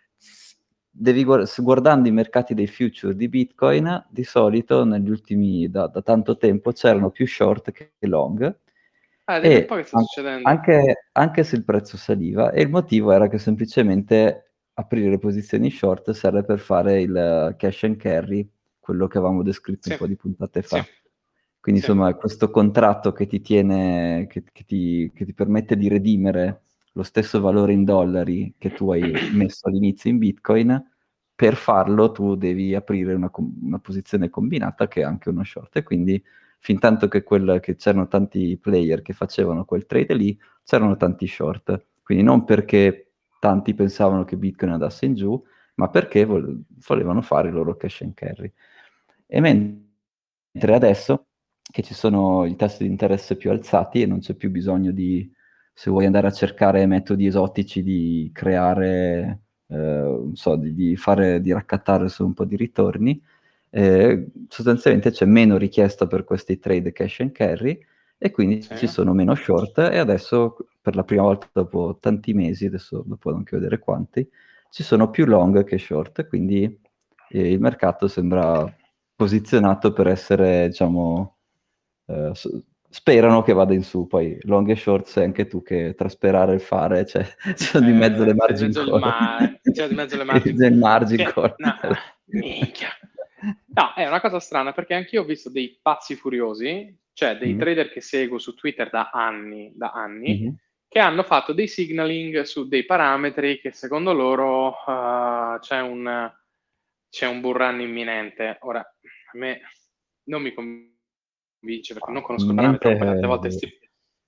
devi guard- guardando i mercati dei future di Bitcoin, di solito negli ultimi, da, da tanto tempo, c'erano più short che long, Ah, dimmi un po' e che sta an- succedendo. anche, anche se il prezzo saliva, e il motivo era che semplicemente aprire le posizioni short serve per fare il eh, cash and carry, quello che avevamo descritto un Sì, po' di puntate sì, fa. Quindi sì, insomma questo contratto che ti tiene, che, che ti, che ti permette di redimere lo stesso valore in dollari che tu hai messo all'inizio in Bitcoin, per farlo tu devi aprire una, com- una posizione combinata che è anche uno short. E quindi fin tanto che, quel, che c'erano tanti player che facevano quel trade lì, c'erano tanti short. Quindi non perché tanti pensavano che Bitcoin andasse in giù, ma perché vol- volevano fare il loro cash and carry. E mentre adesso che ci sono i tassi di interesse più alzati e non c'è più bisogno di, se vuoi andare a cercare metodi esotici di creare, eh, non so, di, di fare, di raccattare su un po' di ritorni, eh, sostanzialmente c'è meno richiesta per questi trade cash and carry e quindi sì. ci sono meno short e adesso per la prima volta dopo tanti mesi, adesso dopo anche vedere quanti, ci sono più long che short, quindi eh, il mercato sembra posizionato per essere, diciamo, eh, s- sperano che vada in su, poi long e short sei anche tu che tra sperare e fare, cioè, ci sono di mezzo le Eh, c'è di margin mezzo il call. ma- c'è di mezzo le margin C'è il margin che, call. no, minchia. No, è una cosa strana perché anch'io ho visto dei pazzi furiosi, cioè dei Mm. trader che seguo su Twitter da anni, da anni, Mhm. che hanno fatto dei signaling su dei parametri che secondo loro uh, c'è un, c'è un bull run imminente. Ora, a me non mi convince perché non conosco il parametro, Imminente, poi tante volte eh, sti-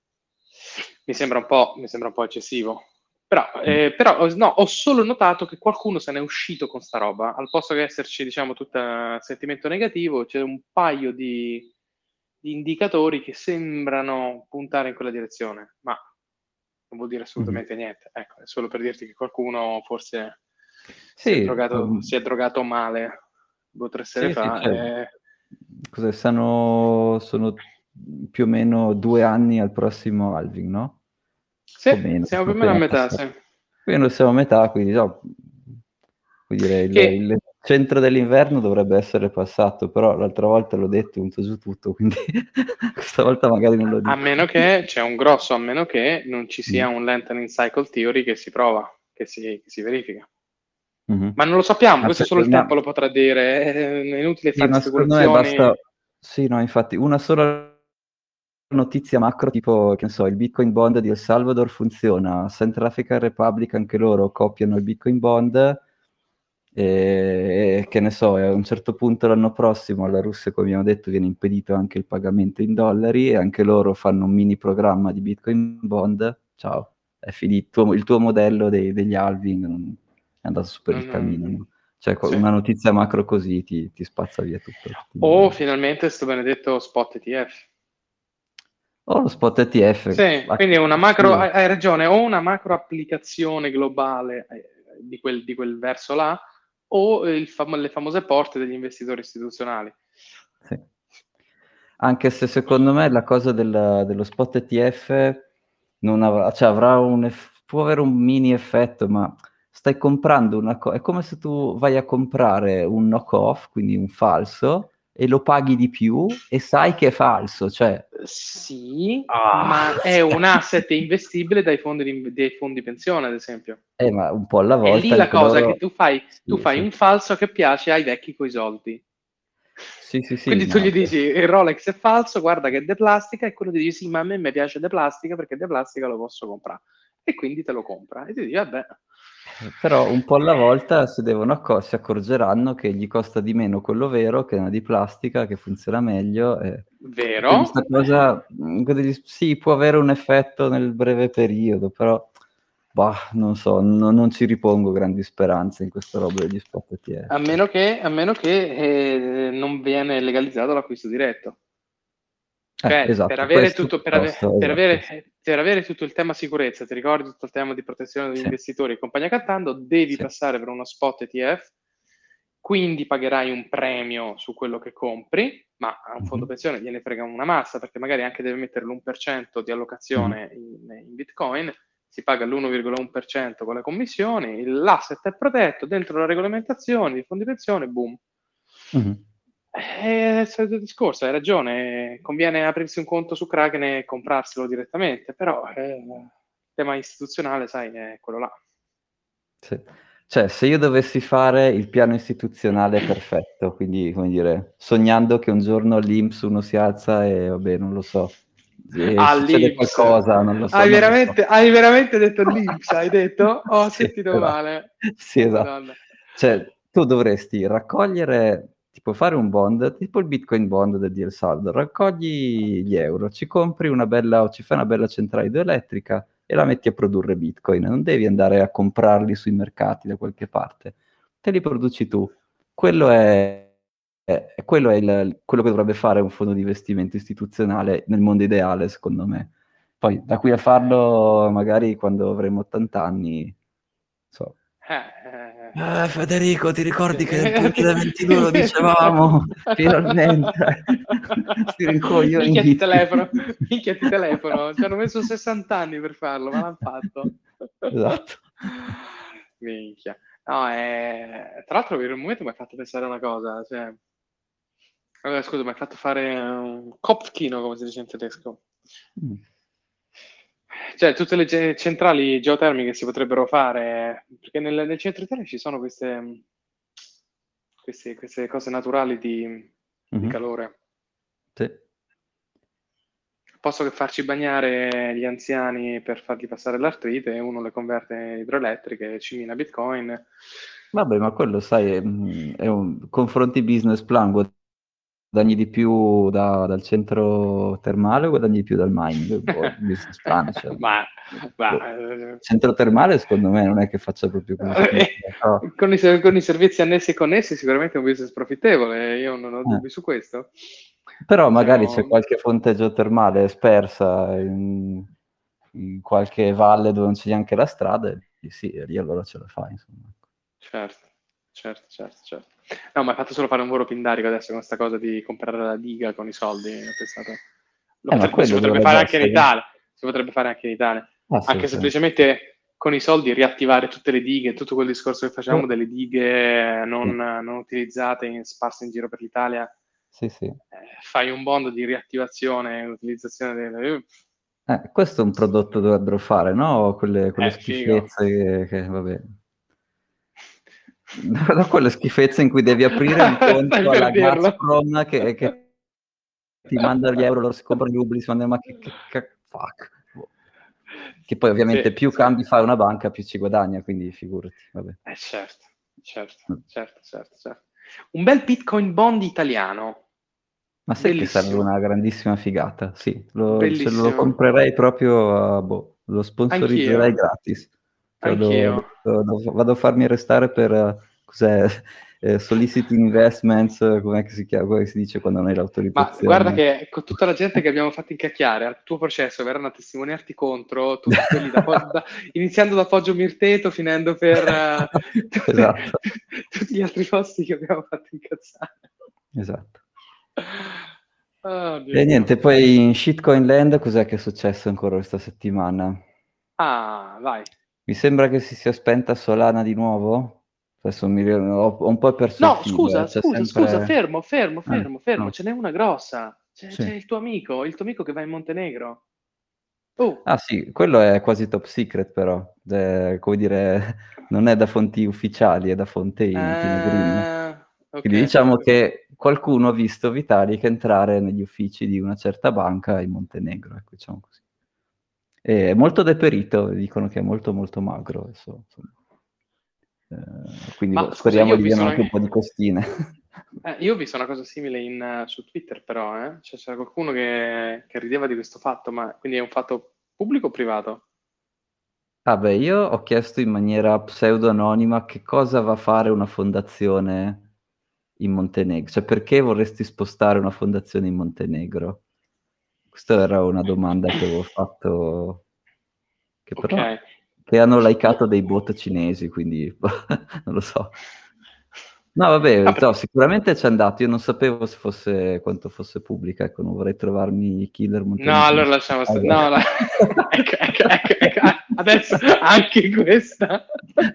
mi sembra un po', mi sembra un po' eccessivo. Però, mm. eh, però no, ho solo notato che qualcuno se n'è uscito con sta roba, al posto che esserci, diciamo, tutto il sentimento negativo, c'è un paio di, di indicatori che sembrano puntare in quella direzione, ma non vuol dire Mhm. assolutamente niente. Ecco, è solo per dirti che qualcuno forse si è Sì, drogato, um, si è drogato male due o tre sere sì, sì, fa. cioè, E... cos'è, sono, sono più o meno due anni al prossimo halving, no? Sì, O meno, siamo più o sono meno a appena metà, passati. sì. Quindi non siamo a metà, quindi no, vuol dire, il, Che il centro dell'inverno dovrebbe essere passato, però l'altra volta l'ho detto, ho unto giù tutto, quindi questa volta magari non lo a dico. meno che c'è un grosso a meno che non ci Mm. sia un lengthening cycle theory che si prova, che si, che si verifica. Mhm. Ma non lo sappiamo, Ma questo se- solo il ma- tempo lo potrà dire, è inutile sì, fare ma secondo me speculazioni. basta, sì, no, infatti, una sola notizia macro, tipo, che ne so, il Bitcoin Bond di El Salvador funziona, Central African Republic anche loro copiano il Bitcoin Bond, e, e che ne so, a un certo punto l'anno prossimo alla Russia, come abbiamo detto, viene impedito anche il pagamento in dollari e anche loro fanno un mini programma di Bitcoin Bond, ciao, è finito, il tuo modello dei- degli halving non- è andato su per Non, il camino, no? Cioè Sì. una notizia macro così ti, ti spazza via tutto. O finalmente sto benedetto spot E T F. O lo spot E T F. Sì, Ah, quindi è una macro, sì. hai, hai ragione, o una macro applicazione globale eh, di quel, di quel verso là, o il fam- le famose porte degli investitori istituzionali. Sì. Anche se secondo me la cosa del- dello spot E T F non avrà, cioè avrà un eff- può avere un mini effetto, ma stai comprando una cosa, è come se tu vai a comprare un knock-off, quindi un falso, e lo paghi di più e sai che è falso, cioè... Sì, Ah, ma è un asset investibile dai fondi, di- dei fondi pensione, ad esempio. eh, ma un po' alla È lì volta la anche cosa che loro... tu fai, tu Sì, fai sì, un falso che piace ai vecchi coi soldi. sì, sì, sì, Quindi tu ma... gli dici il Rolex è falso, guarda che è de plastica, e quello ti dice sì, ma a me mi piace de plastica perché de plastica lo posso comprare. E quindi te lo compra. E ti dici, vabbè. Però un po' alla volta si devono accor- si accorgeranno che gli costa di meno quello vero che una di plastica che funziona meglio. E, e quindi Vero? questa cosa mm, quindi sì, può avere un effetto nel breve periodo, però bah, non so, no- non ci ripongo grandi speranze in questa roba degli spot A E T F. meno che, a meno che eh, non viene legalizzato l'acquisto diretto. Eh, Cioè, per esatto, avere questo tutto, per, ave- piuttosto, per esatto. avere, per avere tutto il tema sicurezza, ti ricordi tutto il tema di protezione degli Sì. investitori e compagnia cantando, devi Sì. passare per uno spot E T F, quindi pagherai un premio su quello che compri, ma a un fondo Mhm. pensione gliene frega una massa, perché magari anche deve mettere l'uno per cento di Mhm. allocazione in, in Bitcoin, si paga l'uno virgola uno per cento con le commissioni, l'asset è protetto dentro la regolamentazione di fondi pensione, boom. Mhm. È il solito discorso, hai ragione, conviene aprirsi un conto su Kraken e comprarselo direttamente, però eh, il tema istituzionale, sai, è quello là. Sì. Cioè, se io dovessi fare il piano istituzionale perfetto, quindi, come dire, sognando che un giorno all'I N P S uno si alza e, vabbè, non lo so, e succede All'I N P S, qualcosa, non lo so, hai non lo so. veramente, hai veramente detto l'I N P S, hai detto? Ho Sì, sentito esatto. male. Sì, Oh, esatto. Madonna. Cioè, tu dovresti raccogliere, tipo fare un bond, tipo il Bitcoin bond del D L Saldo, raccogli gli euro, ci compri una bella, o ci fai una bella centrale idroelettrica e la metti a produrre Bitcoin. Non devi andare a comprarli sui mercati da qualche parte, te li produci tu. Quello è, è- quello è il- quello che dovrebbe fare un fondo di investimento istituzionale nel mondo ideale, secondo me. Poi da qui a farlo, magari quando avremo ottanta anni, so. Eh, Eh, Federico, ti ricordi che nel eh, duemilaventidue lo dicevamo? Finalmente! Sti minchia ti rincoglioniti. telefono, minchia ti telefono, ci hanno messo sessanta anni per farlo, ma l'hanno fatto. Esatto. Minchia. No, è... Tra l'altro per un momento mi ha fatto pensare a una cosa, cioè... Allora, scusa, mi hai fatto fare un Kopfkino, come si dice in tedesco. Mm. Cioè, tutte le ge- centrali geotermiche si potrebbero fare, perché nel, nel centro Italia ci sono queste, queste, queste cose naturali di, di Mhm. calore. Sì. Posso che farci bagnare gli anziani per fargli passare l'artrite, e uno le converte in idroelettriche, ci mina Bitcoin. Vabbè, ma quello, sai, è, mm, è un confronti business plan, guadagni di più da- dal centro termale o guadagni di più dal mining? Boh, business plan, cioè, ma, ma boh. eh, Centro termale, secondo me, non è che faccia proprio così schifo, però... con, i, ser- con i servizi annessi e connessi sicuramente è un business profittevole, io non ho eh. dubbi su questo. Però magari c'è Diciamo, qualche fonte geotermale spersa in, in qualche valle dove non c'è neanche la strada, e lì sì, e lì allora ce la fai, insomma. certo, certo, certo, certo. No, ma hai fatto solo fare un volo pindarico adesso con questa cosa di comprare la diga con i soldi, ho pensato. Lo Eh, ma potrebbe- si quello potrebbe fare dovrebbe anche in essere... Italia, si potrebbe fare anche in Italia. Anche Assolutamente. semplicemente con i soldi riattivare tutte le dighe, tutto quel discorso che Sì, facciamo delle dighe non, sì, non utilizzate, in- sparse in giro per l'Italia. sì, sì. Eh, fai un bond di riattivazione e utilizzazione delle... Eh, questo è un prodotto che dovrebbero fare, no? Quelle, quelle Eh, figo. schifezze che, che, vabbè. No, quelle schifezze in cui devi aprire un Stai conto per alla dirlo. Gazprom che, che ti manda gli euro, loro si comprano gli rubli, si mandano, ma che, che, che fuck. Boh. Che poi Sì, ovviamente più sì. cambi fa una banca, più ci guadagna, quindi figurati, vabbè. Eh, certo, certo, Mm. certo, certo, certo. Un bel Bitcoin bond italiano. Ma sai che sarebbe Bellissimo, una grandissima figata? Sì, lo, ce lo bellissimo. comprerei proprio, a, boh, lo sponsorizzerei Anch'io, gratis. Cioè, do- anch'io. do- do- vado a farmi arrestare per eh, cos'è? Eh, soliciting investments, com'è che si chiama, come si dice quando non hai Ma l'autorizzazione? guarda che con tutta la gente che abbiamo fatto incacchiare al tuo processo verranno a testimoniarti contro tutti quelli da, da iniziando da Poggio Mirteto finendo per uh, Esatto. tutti gli altri posti che abbiamo fatto incazzare. Esatto. Oh, E niente, poi in Shitcoin Land cos'è che è successo ancora questa settimana? Ah, vai. Mi sembra che si sia spenta Solana di nuovo? Adesso mi, ho, ho un po' perso il No, filo, scusa, eh. C'è scusa, scusa, sempre... fermo, fermo, Ah, fermo, fermo, no. ce n'è una grossa. C'è, c'è Sì. il tuo amico, il tuo amico che va in Montenegro. Oh. Ah sì, quello è quasi top secret però, è, come dire, non è da fonti ufficiali, è da fonti Martino Green. Uh, Quindi ok. diciamo che qualcuno ha visto Vitalik entrare negli uffici di una certa banca in Montenegro, ecco, diciamo così. È molto deperito, dicono che è molto molto magro, adesso, insomma. Eh, quindi Ma scusa, speriamo io ho gli visto diano una... anche un po' di costine. eh, io ho visto una cosa simile in, uh, su Twitter, però, eh? Cioè, c'era qualcuno che, che rideva di questo fatto, ma quindi è un fatto pubblico o privato? Ah beh, io ho chiesto in maniera pseudo-anonima che cosa va a fare una fondazione in Montenegro, cioè perché vorresti spostare una fondazione in Montenegro? Questa era una domanda che avevo fatto, che Ok. però che hanno Io... likeato dei bot cinesi, quindi non lo so. No, vabbè, Ah, no, perché... sicuramente c'è andato, io non sapevo se fosse, quanto fosse pubblica, ecco, non vorrei trovarmi i killer No, allora montenegrini. lasciamo stare. No, no. ecco, ecco, ecco, ecco. Adesso anche questa.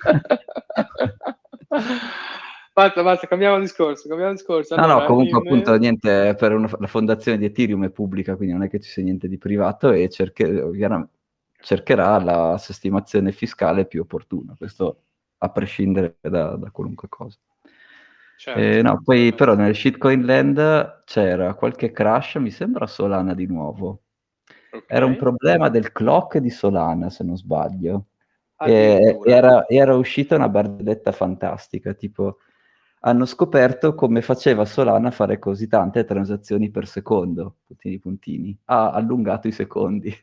Basta, basta, cambiamo discorso, cambiamo discorso. No, no, Allora, comunque in... appunto niente, per una, la fondazione di Ethereum è pubblica, quindi non è che ci sia niente di privato e cerche- cercherà la sistemazione fiscale più opportuna, questo a prescindere da, da qualunque cosa. Certo. Eh, no, poi però nel shitcoin land c'era qualche crash, mi sembra Solana di nuovo. Ok. Era un problema del clock di Solana, se non sbaglio. E Addirittura. era, era uscita una barzelletta fantastica, tipo hanno scoperto come faceva Solana a fare così tante transazioni per secondo, puntini puntini, ha allungato i secondi.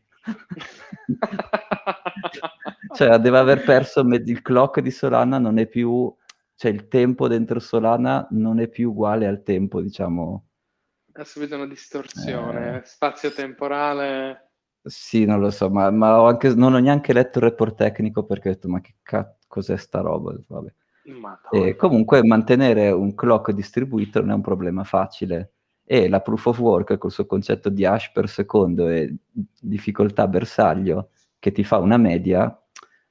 Cioè deve aver perso med- il clock di Solana non è più, cioè il tempo dentro Solana non è più uguale al tempo, diciamo. Ha subito una eh, distorsione spazio-temporale. Sì, non lo so, ma, ma ho anche- non ho neanche letto il report tecnico perché ho detto, ma che cazzo, cos'è sta roba? Vabbè. E Madonna. comunque mantenere un clock distribuito non è un problema facile e la proof of work col suo concetto di hash per secondo e difficoltà bersaglio che ti fa una media,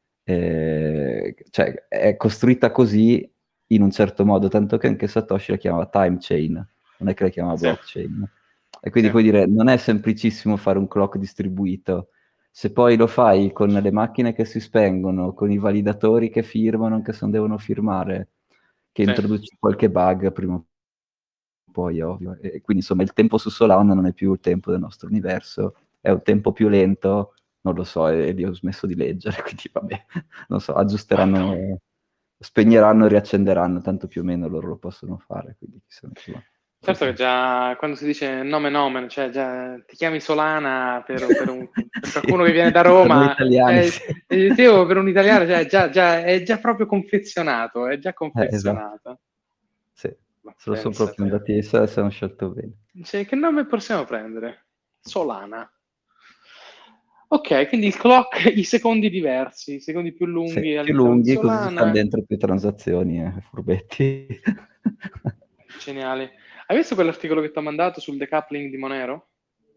eh, cioè è costruita così in un certo modo, tanto che anche Satoshi la chiamava time chain, non è che la chiamava Sì, blockchain. E quindi sì, puoi dire, non è semplicissimo fare un clock distribuito. Se poi lo fai con le macchine che si spengono, con i validatori che firmano, anche se non devono firmare, che sì. introduci qualche bug prima o poi, è ovvio. E quindi insomma il tempo su Solana non è più il tempo del nostro universo, è un tempo più lento, non lo so, e lì ho smesso di leggere, quindi vabbè, non so, Madonna. aggiusteranno, spegneranno e riaccenderanno, tanto più o meno loro lo possono fare, quindi chissà, insomma. Certo che già quando si dice nome nomen, cioè già ti chiami Solana per, per, un, per Sì, qualcuno che viene da per noi Roma, italiani, cioè, sì. eh, dicevo, per un italiano cioè, già, già, è già proprio confezionato, è già Eh, esatto, confezionato. sì, Ma se lo sono proprio pensate. andati, se se hanno scelto bene. Cioè, che nome possiamo prendere? Solana. Ok, quindi il clock, i secondi diversi, i secondi più Sì, lunghi più all'interno di lunghi, così ci stanno Solana. dentro più transazioni, eh, furbetti. Geniali. Hai visto quell'articolo che ti ho mandato sul decoupling di Monero?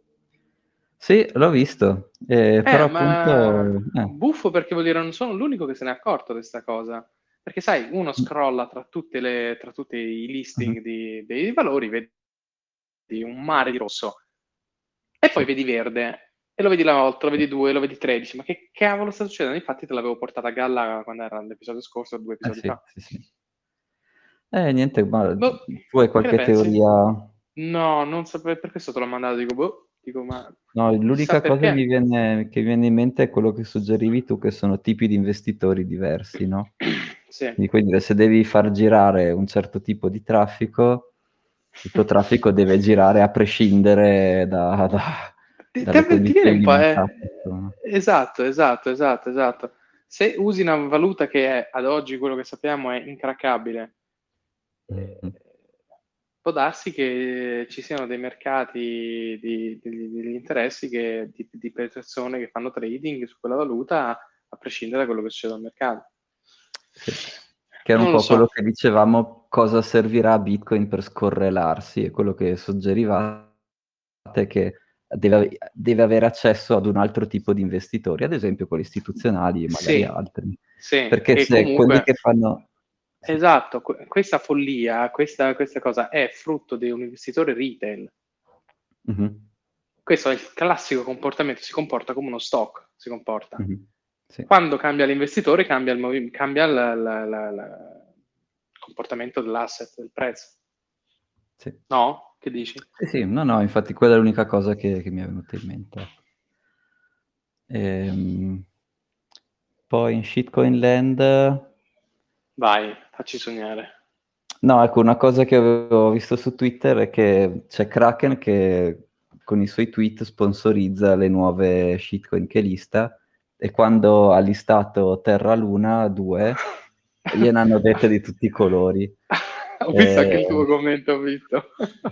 Sì, l'ho visto, eh, però Eh, ma appunto... eh, buffo perché vuol dire non sono l'unico che se n'è accorto di questa cosa. Perché sai, uno scrolla tra, tutte le, tra tutti i mhm, listing di- dei valori, vedi un mare di rosso, e poi sì, vedi verde, e lo vedi la volta, lo vedi due, lo vedi tredici. Ma che cavolo sta succedendo? Infatti te l'avevo portata a galla quando era l'episodio scorso, due eh, episodi sì, fa. sì, sì. Eh, niente, ma Boh, tu hai che ne qualche pensi? teoria? No, non sapevo, per questo te l'ho mandato, dico, boh, dico, ma No, chissà l'unica cosa che mi perché. viene, che viene in mente è quello che suggerivi tu, che sono tipi di investitori diversi, no? Sì. Quindi, puoi dire, se devi far girare un certo tipo di traffico, il tuo traffico deve girare a prescindere da- da- Ti, dalle ti- ti viene condizioni un di po', mercato. eh, Insomma. esatto, esatto, esatto, esatto. Se usi una valuta che è, ad oggi quello che sappiamo è incraccabile, Mm-hmm. Può darsi che ci siano dei mercati di, di- degli interessi che, di, di persone che fanno trading su quella valuta, a prescindere da quello che succede al mercato. Sì. Che era un Non lo po' quello so. che dicevamo, cosa servirà a Bitcoin per scorrelarsi, e quello che suggerivate è che deve, ave- deve avere accesso ad un altro tipo di investitori, ad esempio quelli istituzionali e magari Sì, altri. sì, Perché che se quelli comunque, che fanno... Sì. esatto, que- questa follia, questa, questa cosa è frutto di un investitore retail. Mhm. Questo è il classico comportamento, si comporta come uno stock, si comporta. Mhm. Sì. Quando cambia l'investitore, cambia il, movi- cambia la- la- la- la- il comportamento dell'asset, del prezzo. Sì. No? Che dici? Sì, sì, no, no, infatti quella è l'unica cosa che, che mi è venuta in mente. Ecco. Ehm, poi in Shitcoin Land... Vai, facci sognare. No, ecco, una cosa che avevo visto su Twitter è che c'è Kraken che con i suoi tweet sponsorizza le nuove shitcoin che lista, e quando ha listato Terra Luna due gliene hanno dette di tutti i colori. Ho visto anche il Eh, tuo commento, ho visto.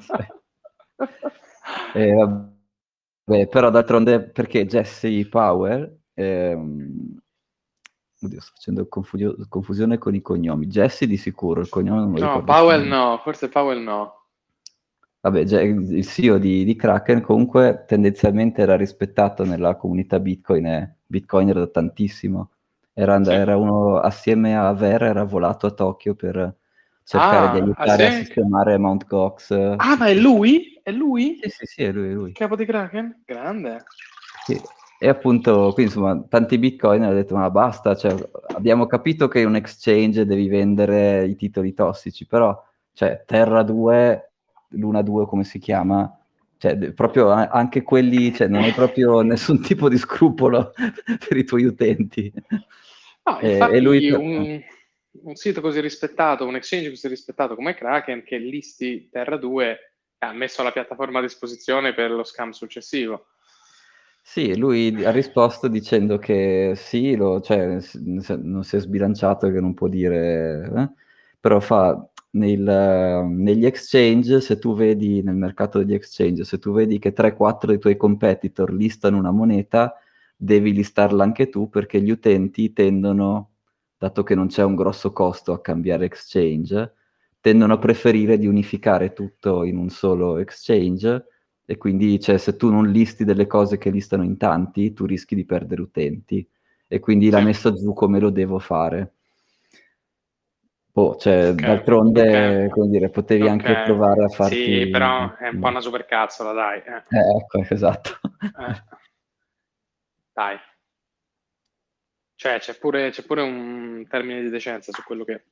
eh, vabbè, però d'altronde perché Jesse Power, ehm, oddio, sto facendo confugio- confusione con i cognomi. Jesse di sicuro, il cognome non me lo No, ricordo più. Powell no, forse Powell no. Vabbè, già il C E O di, di Kraken comunque tendenzialmente era rispettato nella comunità Bitcoin e Bitcoiner da tantissimo. Era, Sì. era uno, assieme a Ver, era volato a Tokyo per cercare di Ah, ah aiutare a sì? sistemare Mount Gox. Ah, Sì, ma è sì. lui? È lui? Sì, sì, sì, è lui, è Il lui. capo di Kraken? Grande. Sì. E appunto, quindi insomma, tanti Bitcoin hanno detto, ma basta, cioè, abbiamo capito che è un exchange e devi vendere i titoli tossici, però, cioè, Terra due, Luna due, come si chiama? Cioè, de- proprio a- anche quelli, cioè, non hai proprio nessun tipo di scrupolo per i tuoi utenti. No, E, e lui... infatti eh, un, un sito così rispettato, un exchange così rispettato come Kraken, che listi Terra due, ha messo la piattaforma a disposizione per lo scam successivo. Sì, lui ha risposto dicendo che sì, lo- cioè, s- non si è sbilanciato, che non può dire, eh, però fa nel- negli exchange, se tu vedi nel mercato degli exchange, se tu vedi che tre quattro dei tuoi competitor listano una moneta, devi listarla anche tu, perché gli utenti tendono, dato che non c'è un grosso costo a cambiare exchange, tendono a preferire di unificare tutto in un solo exchange, e quindi, cioè, se tu non listi delle cose che listano in tanti, tu rischi di perdere utenti. E quindi l'ha Sì, messo giù come lo devo fare. Boh, cioè, ok, ok, d'altronde, come dire, potevi anche ok. provare a Sì, farti... però è un po' una supercazzola, dai. Eh. Eh, ecco, esatto. Eh, dai. Cioè, c'è pure, c'è pure un termine di decenza su quello che...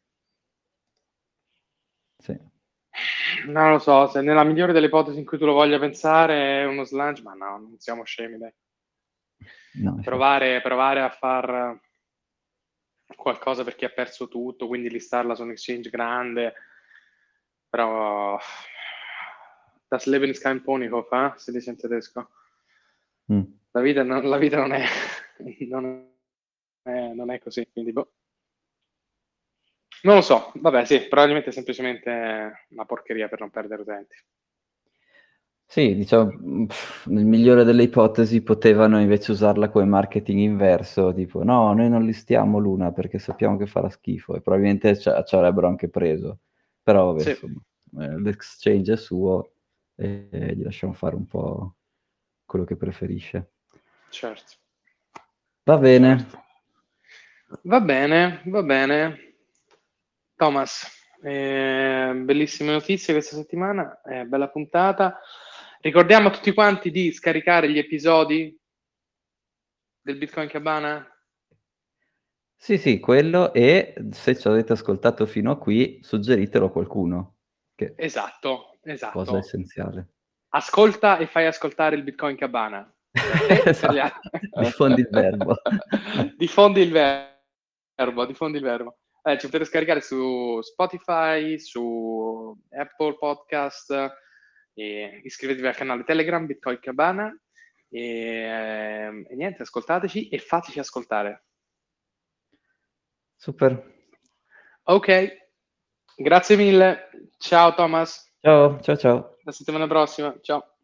Sì. Non lo so, se nella migliore delle ipotesi in cui tu lo voglia pensare è uno sludge, ma no, non siamo scemi, dai. No, infatti. Provare, provare a far qualcosa per chi ha perso tutto, quindi listarla su un exchange grande, però das Leben ist kein Ponyhof, eh? Si dice in tedesco. Mm. La vita, non, la vita non, è, non, è, non è così, quindi boh. Non lo so, vabbè sì, probabilmente è semplicemente una porcheria per non perdere utenti. Sì, diciamo, pff, nel migliore delle ipotesi potevano invece usarla come marketing inverso, tipo no, noi non listiamo Luna perché sappiamo che farà schifo, e probabilmente ci ci avrebbero anche preso. Però vabbè, Sì, insomma, eh, l'exchange è suo e, e gli lasciamo fare un po' quello che preferisce. certo, Va bene, certo. Va bene, va bene. Thomas, eh, bellissime notizie questa settimana, eh, bella puntata. Ricordiamo a tutti quanti di scaricare gli episodi del Bitcoin Cabana? sì sì, quello, e se ci avete ascoltato fino a qui, suggeritelo a qualcuno, che è Esatto, cosa esatto. essenziale. Ascolta e fai ascoltare il Bitcoin Cabana. Per te e per gli Esatto, altri. diffondi il verbo. Diffondi il verbo, diffondi il verbo. Eh, ci potete scaricare su Spotify, su Apple Podcast, e iscrivetevi al canale Telegram Bitcoin Cabana e, ehm, e niente, ascoltateci e fateci ascoltare. Super. Ok, Grazie mille, ciao Thomas. Ciao, ciao, ciao. La settimana prossima, ciao.